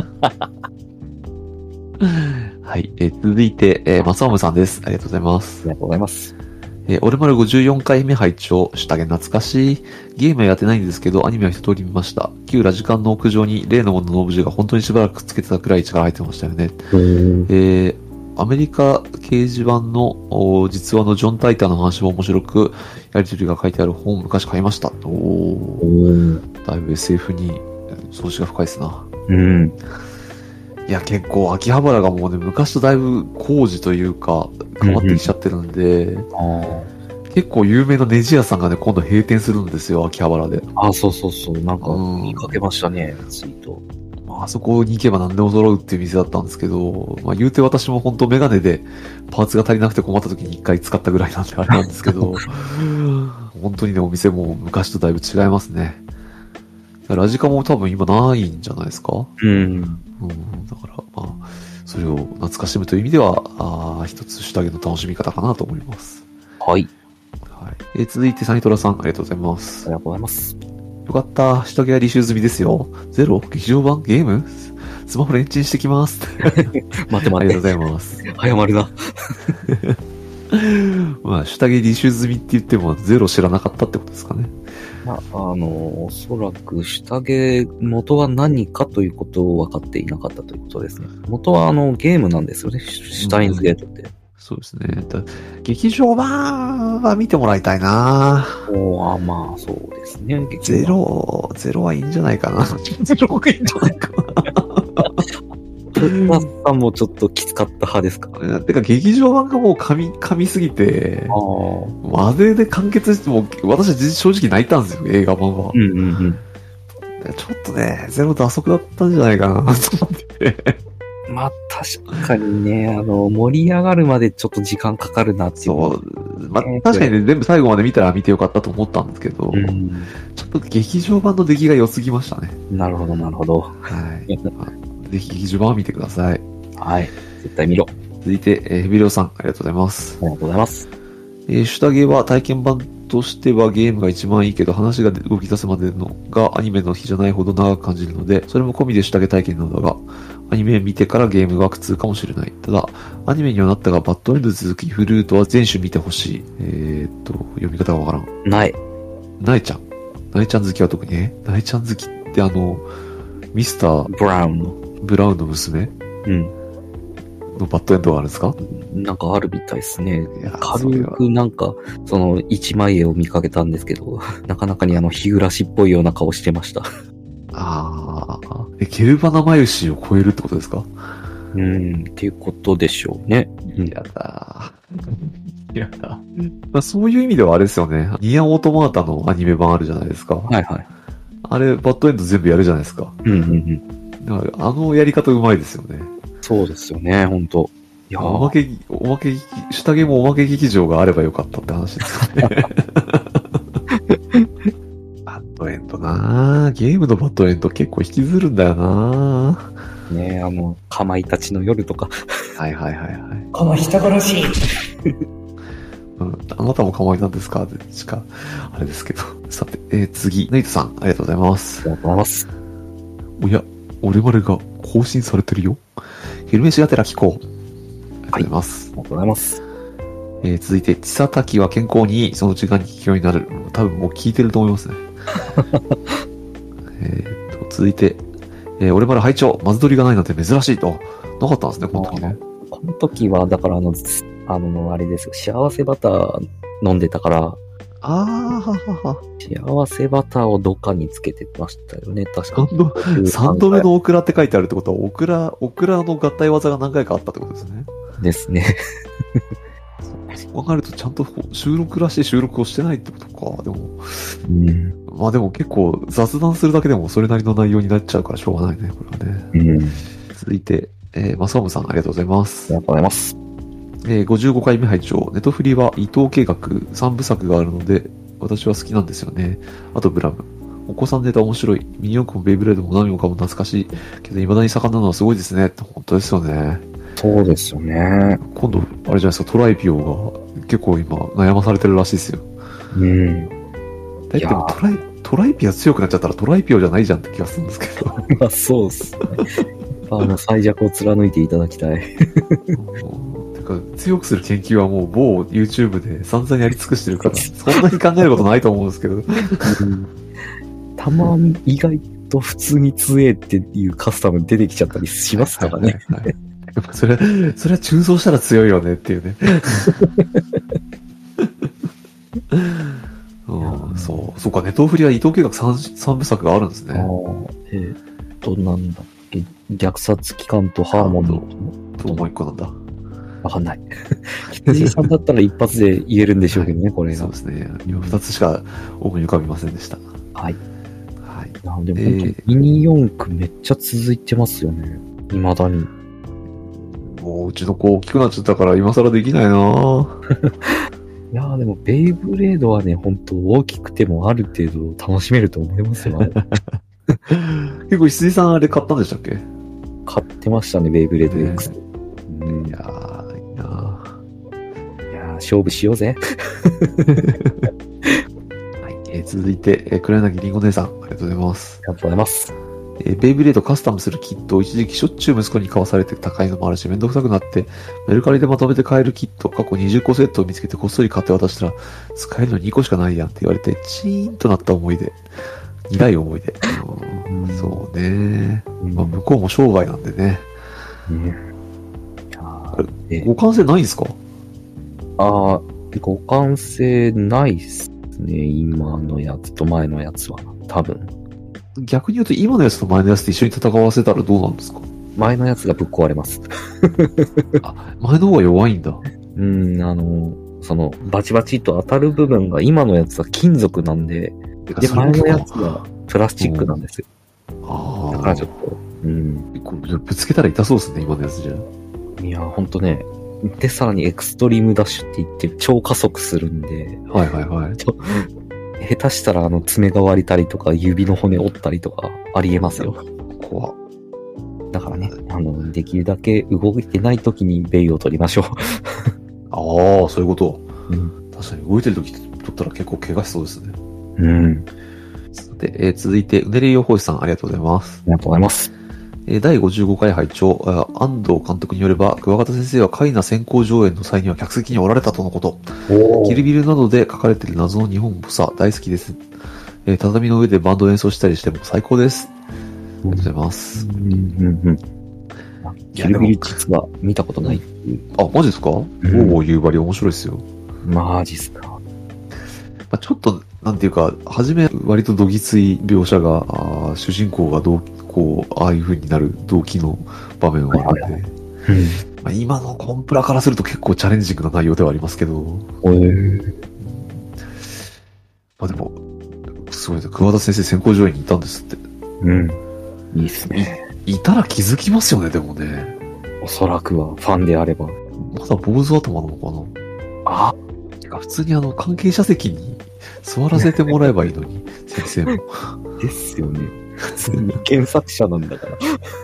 はい。えー、続いて、えー、マサオムさんです。ありがとうございます。 ありがとうございます。 えー、俺丸ごじゅうよんかいめ拝聴、下着懐かしい。ゲームはやってないんですけど、アニメは一通り見ました。旧ラジカンの屋上に例のもののオブジェが本当にしばらくくっつけてたくらい力入ってましたよね。えー、アメリカ掲示板の実話のジョン・タイターの話も面白く、やりとりが書いてある本を昔買いました。おー。だいぶ エスエフ に創始が深いですな。 うん。 いや、結構秋葉原がもうね、昔とだいぶ工事というか、変わってきちゃってるんで、うんうん、結構有名なネジ屋さんがね、今度閉店するんですよ、秋葉原で。 あ、そうそうそう。なんか、見かけましたね、ツイート。 あそこに行けば何でも揃うっていう店だったんですけど、まあ言うて私も本当メガネでパーツが足りなくて困った時に一回使ったぐらいなんであれなんですけど、本当にね、お店も昔とだいぶ違いますね。ラジカも多分今ないんじゃないですか？ うん。うん、 だから、まあ、それを懐かしむという意味では、あ一つ下着の楽しみ方かなと思います。 はい。 はい。えー、続いてサニトラさん、ありがとうございます。 ありがとうございます。 よかった。下着は履修済みですよ。ゼロ劇場版ゲームスマホレンチンしてきます。 待って待って。 ありがとうございます。 早まるな。 まあ、下着履修済みって言ってもゼロ知らなかったってことですかね。 まあ、あの、おそらく下着元は何かということを分かっていなかったということですね。元はあのゲームなんですよね。シュタインズゲートって。 そうですね。だ劇場版は見てもらいたいな。 おあ、まあ、そうですね。 ゼロ、ゼロはいいんじゃないかな。ゼロがいいんじゃないかな。 マスさんもちょっときつかった派ですか？ てか、劇場版がもう噛み、噛みすぎて、あれで完結して、もう、私正直泣いたんですよ、映画版は。 うんうんうん。 ちょっとね、ゼロ打足だったんじゃないかな、と思って。 まあ、確かにね、あの、盛り上がるまでちょっと時間かかるなっていう。 そう。まあ、確かにね、全部最後まで見たら見てよかったと思ったんですけど、うん、ちょっと劇場版の出来が良すぎましたね。 なるほど、なるほど。 はい。ぜひ劇場版を見てください。 はい。絶対見ろ。 続いて、えー、ヘビリオさん、ありがとうございます。 ありがとうございます。 えー、シュタゲは体験版としてはゲームが一番いいけど、話が動き出すまでのがアニメの日じゃないほど長く感じるので、それも込みでシュタゲ体験なのだが、アニメ見てからゲームが苦痛かもしれない。ただ、アニメにはなったが、バッドエンド続き、フルートは全種見てほしい。えー、っと、読み方がわからん。 ない。 ないちゃん。ないちゃん好きは特にね。ないちゃん好きってあの、ミスター・ブラウンの。 ブラウンの娘うん。 のバッドエンドがあるんですか？ なんかあるみたいですね。軽くなんか、その一枚絵を見かけたんですけど、なかなかにあの日暮らしっぽいような顔してました。 ああ。え、ケルバナマユシを超えるってことですか？ うーん、っていうことでしょうね。 やだー。やだ。まあ、そういう意味ではあれですよね。ニアオートマータのアニメ版あるじゃないですか。 はいはい。 あれ、バッドエンド全部やるじゃないですか。 うんうんうん。 だからあのやり方うまいですよね。 そうですよね、ほんと。 いやおまけ、おまけ、下着もおまけ劇場があればよかったって話ですよね。バッドエンドなぁ。ゲームのバッドエンド結構引きずるんだよなぁ。 ねえ、あの、かまいたちの夜とか。 はいはいはいはい。 この人殺しうん、あなたもかまいなんですかでしか、あれですけど。さて、えー、次、ネイトさん、ありがとうございます。 ありがとうございます。 おや、俺までが更新されてるよ。昼飯がてら聞こう。ありがとうございます。 はい、ありがとうございます。 えー、続いて、ちさたきは健康にいい、その時間に聞くようになる。多分もう聞いてると思いますね。えっと、続いて、えー、俺まで拝聴マズドリがないなんて珍しいと。なかったんですね、この時ね。 この時は、だからあの、あの、あれですよ、幸せバター飲んでたから、 あーははは。 幸せバターをどっかにつけてましたよね、確かに。さんどめのオクラって書いてあるってことは、オクラ、オクラの合体技が何回かあったってことですね。 ですね。 そう考えるとちゃんと収録らしい収録をしてないってことか。でも、 うん、まあでも結構雑談するだけでもそれなりの内容になっちゃうからしょうがないね、これはね。 うん、 続いて、えー、マスオムさんありがとうございます。 ありがとうございます。 えー、ごじゅうごかいめ拝聴ネトフリは伊藤計画さんぶさくがあるので、私は好きなんですよね。あとブラム。お子さんネタ面白い。ミニ四駆もベイブレードも何もかも懐かしい。けど未だに盛んなのはすごいですね。本当ですよね。 そうですよね。 今度、あれじゃないですか、トライピオが結構今悩まされてるらしいですよ。 うん。 だってもトライ、トライピオ強くなっちゃったらトライピオじゃないじゃんって気がするんですけど。 まあそうっすね。あの、最弱を貫いていただきたい。 てか、強くする研究はもう某 YouTube で散々やり尽くしてるから、そんなに考えることないと思うんですけど。うん、 たまに意外と普通に強えっていうカスタム出てきちゃったりしますからね。 はいはいはい、やっぱそれ、それは鋳造したら強いよねっていうね。うん、そう、そうか、ネトフリは伊藤計画三三部作があるんですね。 あえー、っと、なんだっけ、虐殺機関とハーモニーともう一個なんだ。 わかんない。羊さんだったら一発で言えるんでしょうけどね、はい、これが。 そうですね。今二つしか思い浮かびませんでした。 はい。 はい。 なので、えー、ミニ四駆めっちゃ続いてますよね。未だに。 もううちの子大きくなっちゃったから今更できないないやーでもベイブレードはね、本当大きくてもある程度楽しめると思いますよ。 結構石井さんあれ買ったんでしたっけ？ 買ってましたね、ベイブレード X。ねうん、いやー、いいなー。 いやー、勝負しようぜ。 はい、えー、続いて、えー、黒柳りんご姉さん、ありがとうございます。 ありがとうございます。 えー、ベイブレードカスタムするキットを一時期しょっちゅう息子に買わされて高いのもあるしめんどくさくなってメルカリでまとめて買えるキット過去にじゅっこセットを見つけてこっそり買って渡したら使えるのにこしかないやんって言われてチーンとなった思い出苦い思い出、うん、そうね、まあ、向こうも商売なんでね、うん、いやご完成ないんですか？ ああ、互換性ないっすね。今のやつと前のやつは。多分。 逆に言うと今のやつと前のやつと一緒に戦わせたらどうなんですか？ 前のやつがぶっ壊れます。 あ、前の方が弱いんだ。 うん、あの、その、バチバチと当たる部分が今のやつは金属なんで、で、前のやつはプラスチックなんですよ。 ああ。 だからちょっと、うん。 これぶつけたら痛そうですね、今のやつじゃ。 いや、ほんとね。で、さらにエクストリームダッシュって言って超加速するんで。 はいはいはい。 下手したらあの爪が割れたりとか指の骨折ったりとかありえますよ。 怖っ。 だからね、あの、できるだけ動いてない時にベイを取りましょう。 ああ、そういうこと。 うん、 確かに動いてる時取ったら結構怪我しそうですね。 うん。 さて、えー、続いて、うねり予報士さんありがとうございます。 ありがとうございます。 えー、だいごじゅうごかい拝聴、安藤監督によれば、桑形先生はカイナ先行上演の際には客席におられたとのこと。キルビルなどで書かれている謎の日本っぽさ大好きです。えー、畳の上でバンド演奏したりしても最高です。ありがとうございます。うんうんうん。 キルビル実は見たことないっていう。 あ、マジですか？おお、夕張面白いですよ。 マジっすか。 まあ、ちょっと、なんていうか、はじめ割とどぎつい描写が、あ主人公がどう、こう、ああいう風になる動機の場面があるんで、まあ、今のコンプラからすると結構チャレンジングな内容ではありますけど、 へーまあでも、すごいですね。桑田先生先行上映にいたんですって。 うん。いいっすね。 い, いたら気づきますよね、でもね。 おそらくは、ファンであれば。 まだ坊主頭なのかな。あてか普通にあの、関係者席に座らせてもらえばいいのに、先生も。 ですよね。普通に原作者なんだから。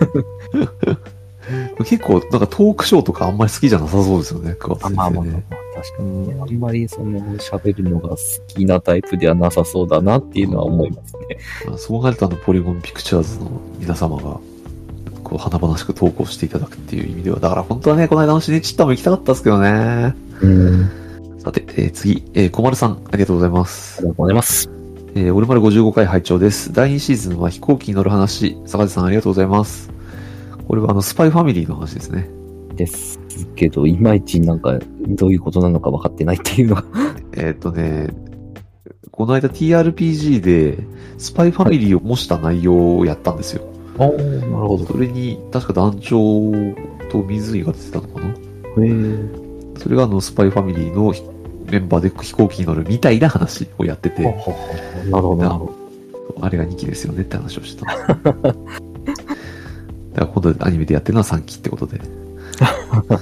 結構、なんかトークショーとかあんまり好きじゃなさそうですよね、桑田先生ね。 まあまあまあ、確かにね。あんまりその、喋るのが好きなタイプではなさそうだなっていうのは思いますね。 まあ、そう考えるとあの、ポリゴンピクチャーズの皆様が、こう、華々しく投稿していただくっていう意味では、だから本当はね、この間のシネチッタも行きたかったですけどね。 うん。 さて、えー、次、えー、小丸さん、ありがとうございます。 ありがとうございます。 えー、俺丸ごじゅうごかい拝聴です。だいにシーズンは飛行機に乗る話、坂地さんありがとうございます。これはあの、スパイファミリーの話ですね。 ですけど、いまいちなんか、どういうことなのか分かってないっていうのが。 えっとね、この間 ティーアールピージー で、スパイファミリーを模した内容をやったんですよ。 はい、ああ、なるほど。 それに、確か団長と水井が出てたのかな。へえ。 それがあの、スパイファミリーのメンバーで飛行機に乗るみたいな話をやってて。 なるほど、なるほど。あれがにきですよねって話をしてた。だから今度アニメでやってるのはさんきってことで。 はい、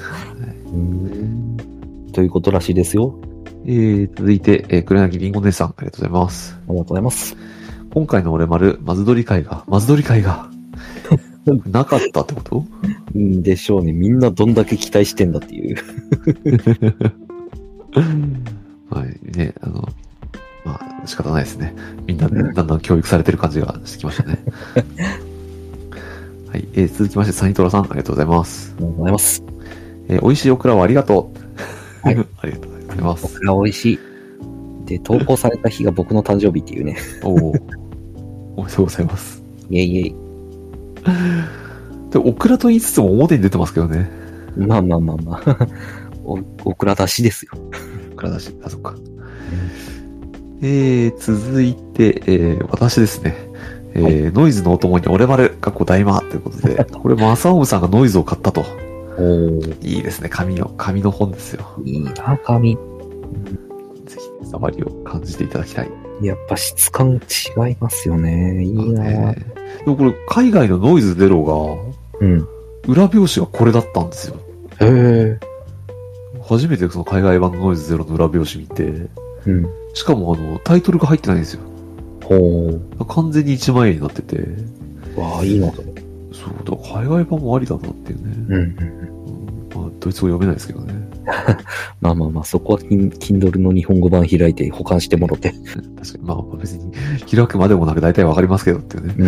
うんということらしいですよ。 えー、続いて、えー、黒柳りんご姉さん、ありがとうございます。 ありがとうございます。 今回の俺丸、マズドリ会が、マズドリ会が、なかったってことうんでしょうね。みんなどんだけ期待してんだっていう。 はいね、あの、まあ、仕方ないですね。みんな、だんだん教育されてる感じがしてきましたね。はい、えー、続きまして、サニトラさん、ありがとうございます。 ありがとうございます。 えー、美味しいオクラをありがとう。はい。ありがとうございます。 オクラ美味しい。で、投稿された日が僕の誕生日っていうね。 おお。おめでとうございます。 イェイイェイ。 で、オクラと言いつつも表に出てますけどね。 まあまあまあまあ。お、オクラ出しですよ。 オクラ出し。あ、そっか。えー、続いて、えー、私ですね。えーはい、ノイズのお供に俺丸、かっこ大魔ということで、これ、マサオムさんがノイズを買ったと。おいいですね、紙の、紙の本ですよ。 いいな、紙。ぜひ、触りを感じていただきたい。 やっぱ質感違いますよね。いいな、ね、 でもこれ、海外のノイズゼロが、うん。裏表紙がこれだったんですよ。へー。初めてその海外版のノイズゼロの裏表紙見て、うん。しかもあの、タイトルが入ってないんですよ。ほう。完全にいちまんえんになってて。 わあ、いいな、それ。 そう、だから海外版もありだなっていうね。うん、うん、うん。まあ、ドイツ語読めないですけどね。 まあまあまあ、そこは Kindle の日本語版開いて保管してもろて。 確かに、まあ別に開くまでもなく大体わかりますけどっていうね。うん、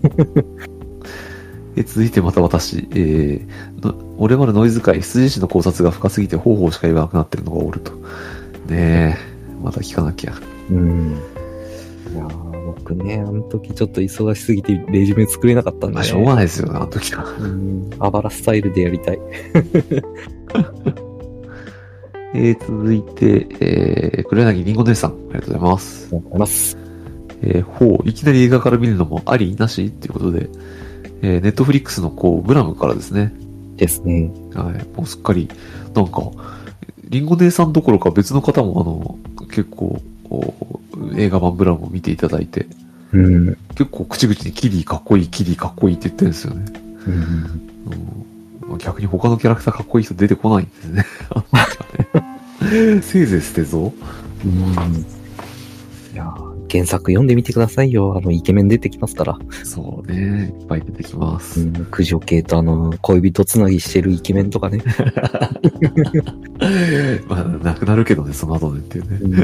え続いてまた私、えー、俺までノイズ界、羊師の考察が深すぎて方法しか言わなくなってるのがおると。ねえ、また聞かなきゃ。うん。 いやー、僕ね、あの時ちょっと忙しすぎてレジュメ作れなかったんで。 まあ、しょうがないですよね、あの時は。 うん。あばらスタイルでやりたい。 えー、続いて、えー、黒柳りんご姉さん、ありがとうございます。 ありがとうございます。 えー、ほう、いきなり映画から見るのもありなしっていうことで、えー、ネットフリックスのこう、ブラムからですね。 ですね。 はい、もうすっかり、なんか、りんご姉さんどころか別の方もあの、結構、映画版ブラムを見ていただいて、 うん、結構口々にキリーかっこいい、キリーかっこいいって言ってるんですよね。 うんうん、逆に他のキャラクターかっこいい人出てこないんですね。せいぜい捨てぞ。 うん、いや原作読んでみてくださいよ。あの、イケメン出てきますから。 そうね。いっぱい出てきます。 うん、九条系とあの、恋人つなぎしてるイケメンとかね。 まあ、なくなるけどね、その後でっていうね。うん、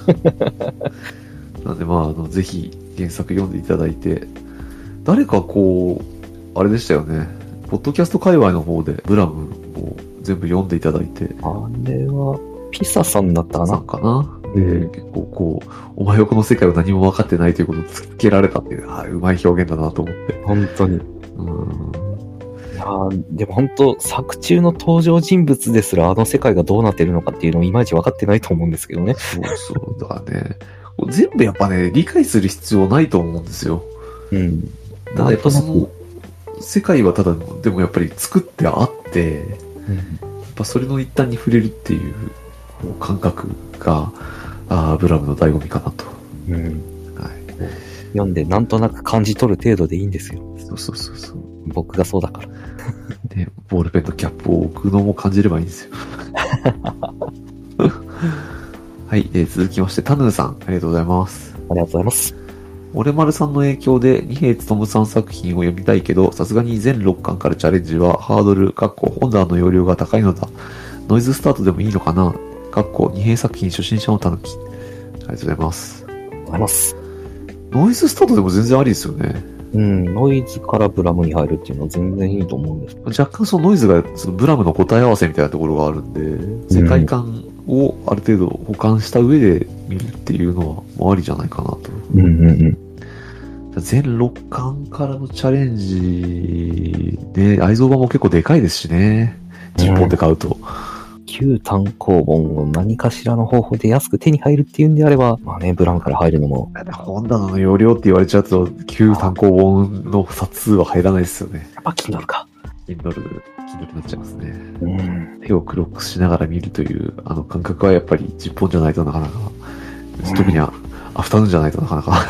なんで、まあ、あの、ぜひ原作読んでいただいて、誰かこう、あれでしたよね。ポッドキャスト界隈の方で、ブラムを全部読んでいただいて。 あれは、ピサさんだったかな。 さんかな。で、結構こう、お前はこの世界を何も分かってないということをつけられたっていう、ああ、うまい表現だなと思って。 本当に。うん。いやでも本当、作中の登場人物ですら、あの世界がどうなってるのかっていうのをいまいち分かってないと思うんですけどね。 そうそう。だからね、全部やっぱね、理解する必要ないと思うんですよ。 うん。 だからやっぱその、世界はただ、でもやっぱり作ってあって、うん、やっぱそれの一端に触れるっていう感覚が、ああ、ブラムの醍醐味かなと。 うん。はい。読んでなんとなく感じ取る程度でいいんですよ。 そうそうそうそう。 僕がそうだから。 で、ボールペンとキャップを置くのも感じればいいんですよ。はい、えー、続きまして、タヌーさん、ありがとうございます。 ありがとうございます。 オレマルさんの影響で二平勉さん作品を読みたいけど、さすがに全ろっかんからチャレンジはハードル、かっこ本棚の容量が高いのだ。ノイズスタートでもいいのかな、かっこ二平作品初心者のたぬき。ありがとうございます。 ありがとうございます。 ノイズスタートでも全然ありですよね。 うん、ノイズからブラムに入るっていうのは全然いいと思うんです。 若干そのノイズがそのブラムの答え合わせみたいなところがあるんで、世界観をある程度補完した上で見るっていうのはもうありじゃないかなと。 うんうんうん。 全ろっかんからのチャレンジで、愛蔵版も結構でかいですしね。じゅっぽんで買うと。うん、 旧単行本を何かしらの方法で安く手に入るっていうんであれば、まあね、ブラムから入るのも。 本棚の容量って言われちゃうと、旧単行本の冊数は入らないですよね。 やっぱ Kindle か。 Kindle、Kindle になっちゃいますね。 うん。 手を黒くしながら見るという、あの感覚はやっぱりじゅっぽんじゃないとなかなか、うん、特にアフタヌーンじゃないとなかなか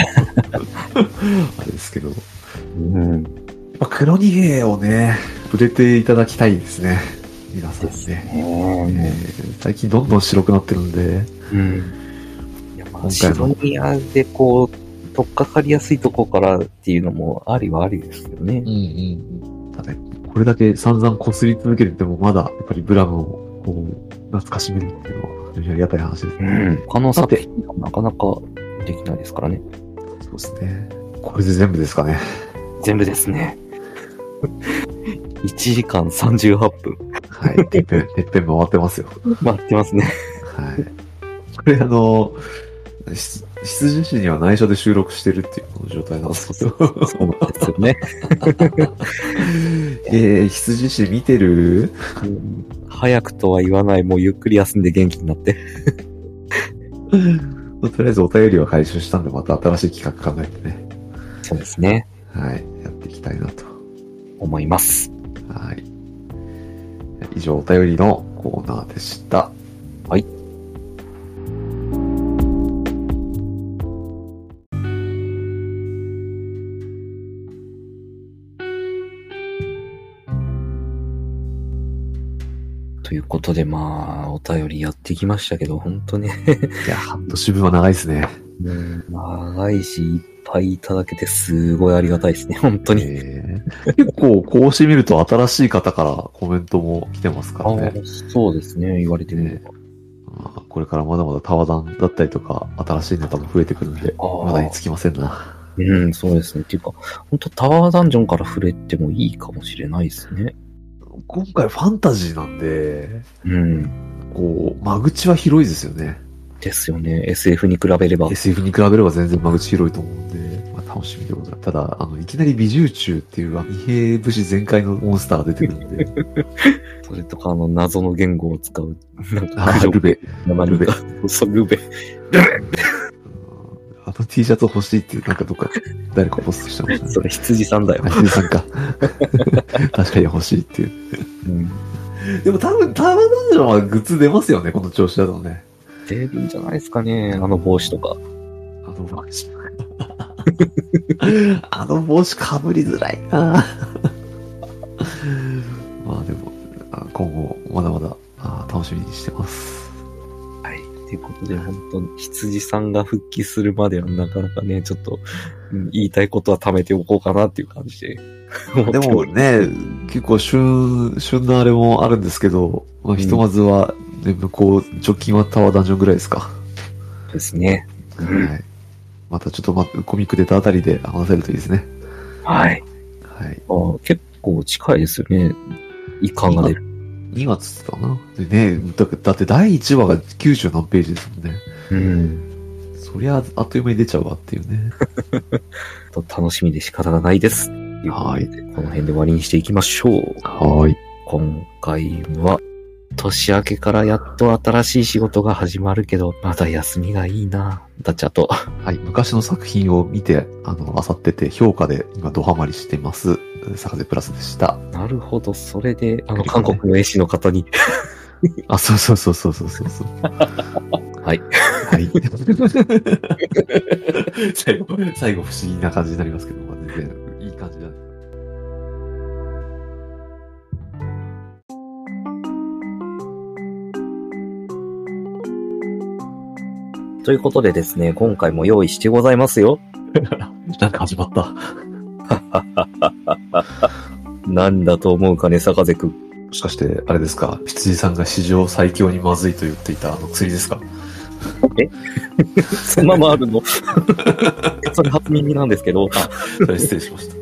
あれですけど。 うん。 やっぱ黒逃げをね、触れていただきたいですね。皆さんね。ねえー、最近どんどん白くなってるんで。 うん。いやまあ、シドニアでこう、取っかかりやすいとこからっていうのもありはありですよね。 うんうん。ただ、これだけ散々擦り続けてても、まだやっぱりブラムをこう懐かしめるっていうのは非常にありがたい話ですね。 うん。他の作品はなかなかできないですからね。 そうですね。これで全部ですかね。 全部ですね。いちじかんさんじゅうはっぷん。 はい。てっぺん、てっぺん回ってますよ。 回ってますね。 はい。これあの、羊自身には内緒で収録してるっていうこの状態なんですよ。 そうなんですよね。 えー、羊自身見てる、 うん、早くとは言わない、もうゆっくり休んで元気になって。 とりあえずお便りは回収したんで、また新しい企画考えてね。 そうですね。 はい。やっていきたいなと。 思います。 はい。以上、お便りのコーナーでした。 はい。ということで、まあ、お便りやってきましたけど、本当ね。 いや、半年分は長いですね。 うん、長いし、いっぱいいただけてすごいありがたいですね、本当に。 えー、結構、こうしてみると新しい方からコメントも来てますからね。 そうですね、言われてみれば。 あ、これからまだまだタワダンだったりとか、新しいネタも増えてくるんで、まだにつきませんな。 うん、そうですね。っていうか、本当タワーダンジョンから触れてもいいかもしれないですね。 今回ファンタジーなんで、 うん。 こう、間口は広いですよね。 ですよね。エスエフ に比べれば。 エスエフ に比べれば全然間口広いと思うんで、まあ、タ楽しみでございます。ただ、あの、いきなり美獣虫っていう二兵武士全開のモンスターが出てくるんで。 それとか、あの、謎の言語を使う。なんか、 あ、ルベ。 ルベ。そう、ルベ。ルベ。 あの T シャツ欲しいって、なんかどっか、誰かポストしてましたね。 それ羊さんだよ。 羊さんか。確かに欲しいっていう。 うん、 でも多分、ターバダンジョンはグッズ出ますよね、この調子だとね。 出るんじゃないですかね、あの帽子とか。 あの帽子。あの帽子かぶりづらいなまあでも、今後、まだまだ楽しみにしてます。 はい。ということで、本当に羊さんが復帰するまではなかなかね、ちょっと、うん、言いたいことは貯めておこうかなっていう感じで。 でもね、結構旬、旬のあれもあるんですけど、まあ、ひとまずは、ね、向こう、直近はタワーダンジョンぐらいですか。 ですね。 はい。またちょっと、ま、コミック出たあたりで話せるといいですね。 はい。 はい。 あ、結構近いですよね。一巻が出る。 にがつだな。でね、だ, だってだいいちわがきゅうじゅう何ページですもんね。 うん。 そりゃあっという間に出ちゃうわっていうね。 楽しみで仕方がないです。はい。この辺で終わりにしていきましょう。 はい。 今回は、年明けからやっと新しい仕事が始まるけど、まだ休みがいいな。ダチャと。 はい。昔の作品を見て、あの、漁ってて、評価で今ドハマりしてます。サカゼプラスでした。 なるほど。それで、あの、韓国の絵師の方に。 あ、そうそうそうそうそうそう。 はい。 はい。最後、最後不思議な感じになりますけど、まあ、全然いい感じだね。 ということでですね、今回も用意してございますよ。 なんか始まった。 なんだと思うかね、坂瀬くん。 もしかして、あれですか、羊さんが史上最強にまずいと言っていたあの薬ですか？ えそのままあるのそれ初耳なんですけど。 あ、それ失礼しました。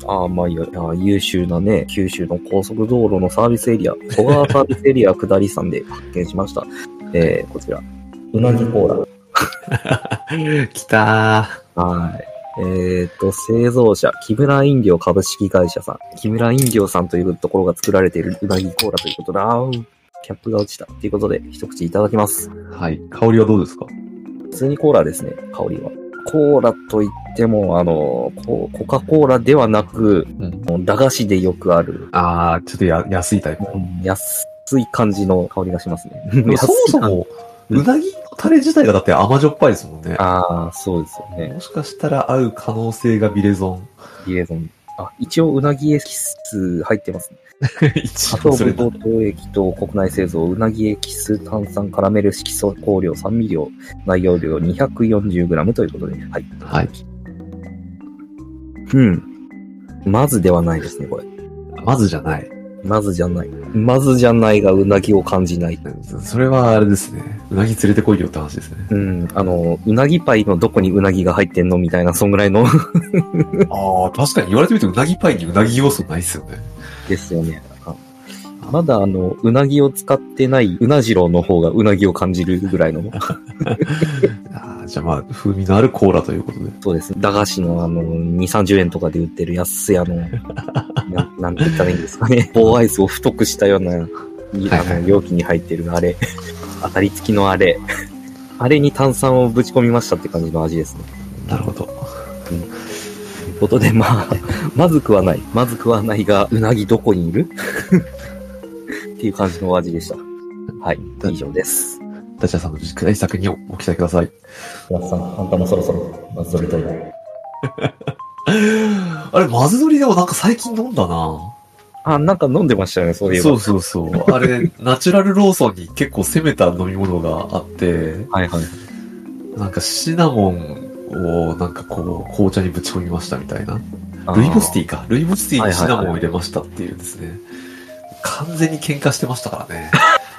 ああ、まあいいや、優秀なね、九州の高速道路のサービスエリア、小川サービスエリア下り山で発見しました。えー、こちら、うなぎコーラ。 来たー。はい。えっ、ー、と、製造者、木村飲料株式会社さん。木村飲料さんというところが作られているうなぎコーラということで、あー、キャップが落ちた。ということで、一口いただきます。 はい。香りはどうですか？ 普通にコーラですね、香りは。コーラといっても、あの、コカ・コーラではなく、うん、駄菓子でよくある。 ああ、ちょっとや安いタイプ、 うん。安い感じの香りがしますね。 そもそも、うなぎのタレ自体がだって甘じょっぱいですもんね。 ああ、そうですよね。 もしかしたら合う可能性がビレゾン。 ビレゾン。あ、一応うなぎエキス入ってますね。 一応それだ。加糖液と国内製造、うなぎエキス、炭酸、カラメル色素、香料、酸味料、内容量 にひゃくよんじゅうグラム ということで。はい。 はい。 うん。まずではないですね、これ。 まずじゃない。 まずじゃない。まずじゃないがうなぎを感じない。 それはあれですね。うなぎ連れてこいよって話ですね。 うん。あの、うなぎパイのどこにうなぎが入ってんのみたいな、そんぐらいの。ああ、確かに言われてみてうなぎパイにうなぎ要素ないっすよね。 ですよね。まだあの、うなぎを使ってないうなじろうの方がうなぎを感じるぐらいの。 あじゃあまあ、風味のあるコーラということで。 そうです。駄菓子のあの、に、さんじゅうえんとかで売ってる安いあの、な, なんて言ったらいいんですかね。棒アイスを太くしたような、あの、容器に入ってるあれ。当たり付きのあれ。あれに炭酸をぶち込みましたって感じの味ですね。 なるほど。 うん。ということで、まあ、まずくはない。まずくはないが、うなぎどこにいるっていう感じのお味でした。はい、以上です。 ダチャさんの次回作にお期待ください。 やっさん、あんたもそろそろ、まず取りたいな。 あれ、まずどりでもなんか最近飲んだな。 あ、なんか飲んでましたよね、そういえば。 そうそうそう。あれ、ナチュラルローソンに結構攻めた飲み物があって、 はいはい。 なんかシナモンをなんかこう、紅茶にぶち込みましたみたいな。ルイボスティーか。ルイボスティーにシナモンを入れましたっていうですね。はいはいはい、完全に喧嘩してましたからね。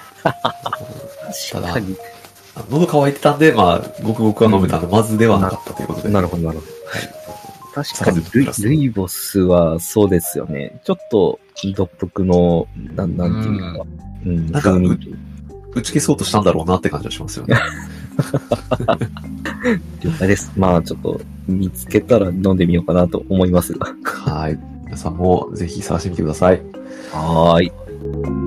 ただ、喉乾いてたんで、まあ、ごくごくは飲めたんで、うん、まずではなかったということで。 なるほど、なるほど。はい、確かにルイ、ルイボスはそうですよね。ちょっと独特の、なん、なんていうか、うん、 なんか、打ち消そうとしたんだろうなって感じがしますよね。 了解です。まあちょっと見つけたら飲んでみようかなと思いますが。 はい。皆さんもぜひ探してみてください。 はーい。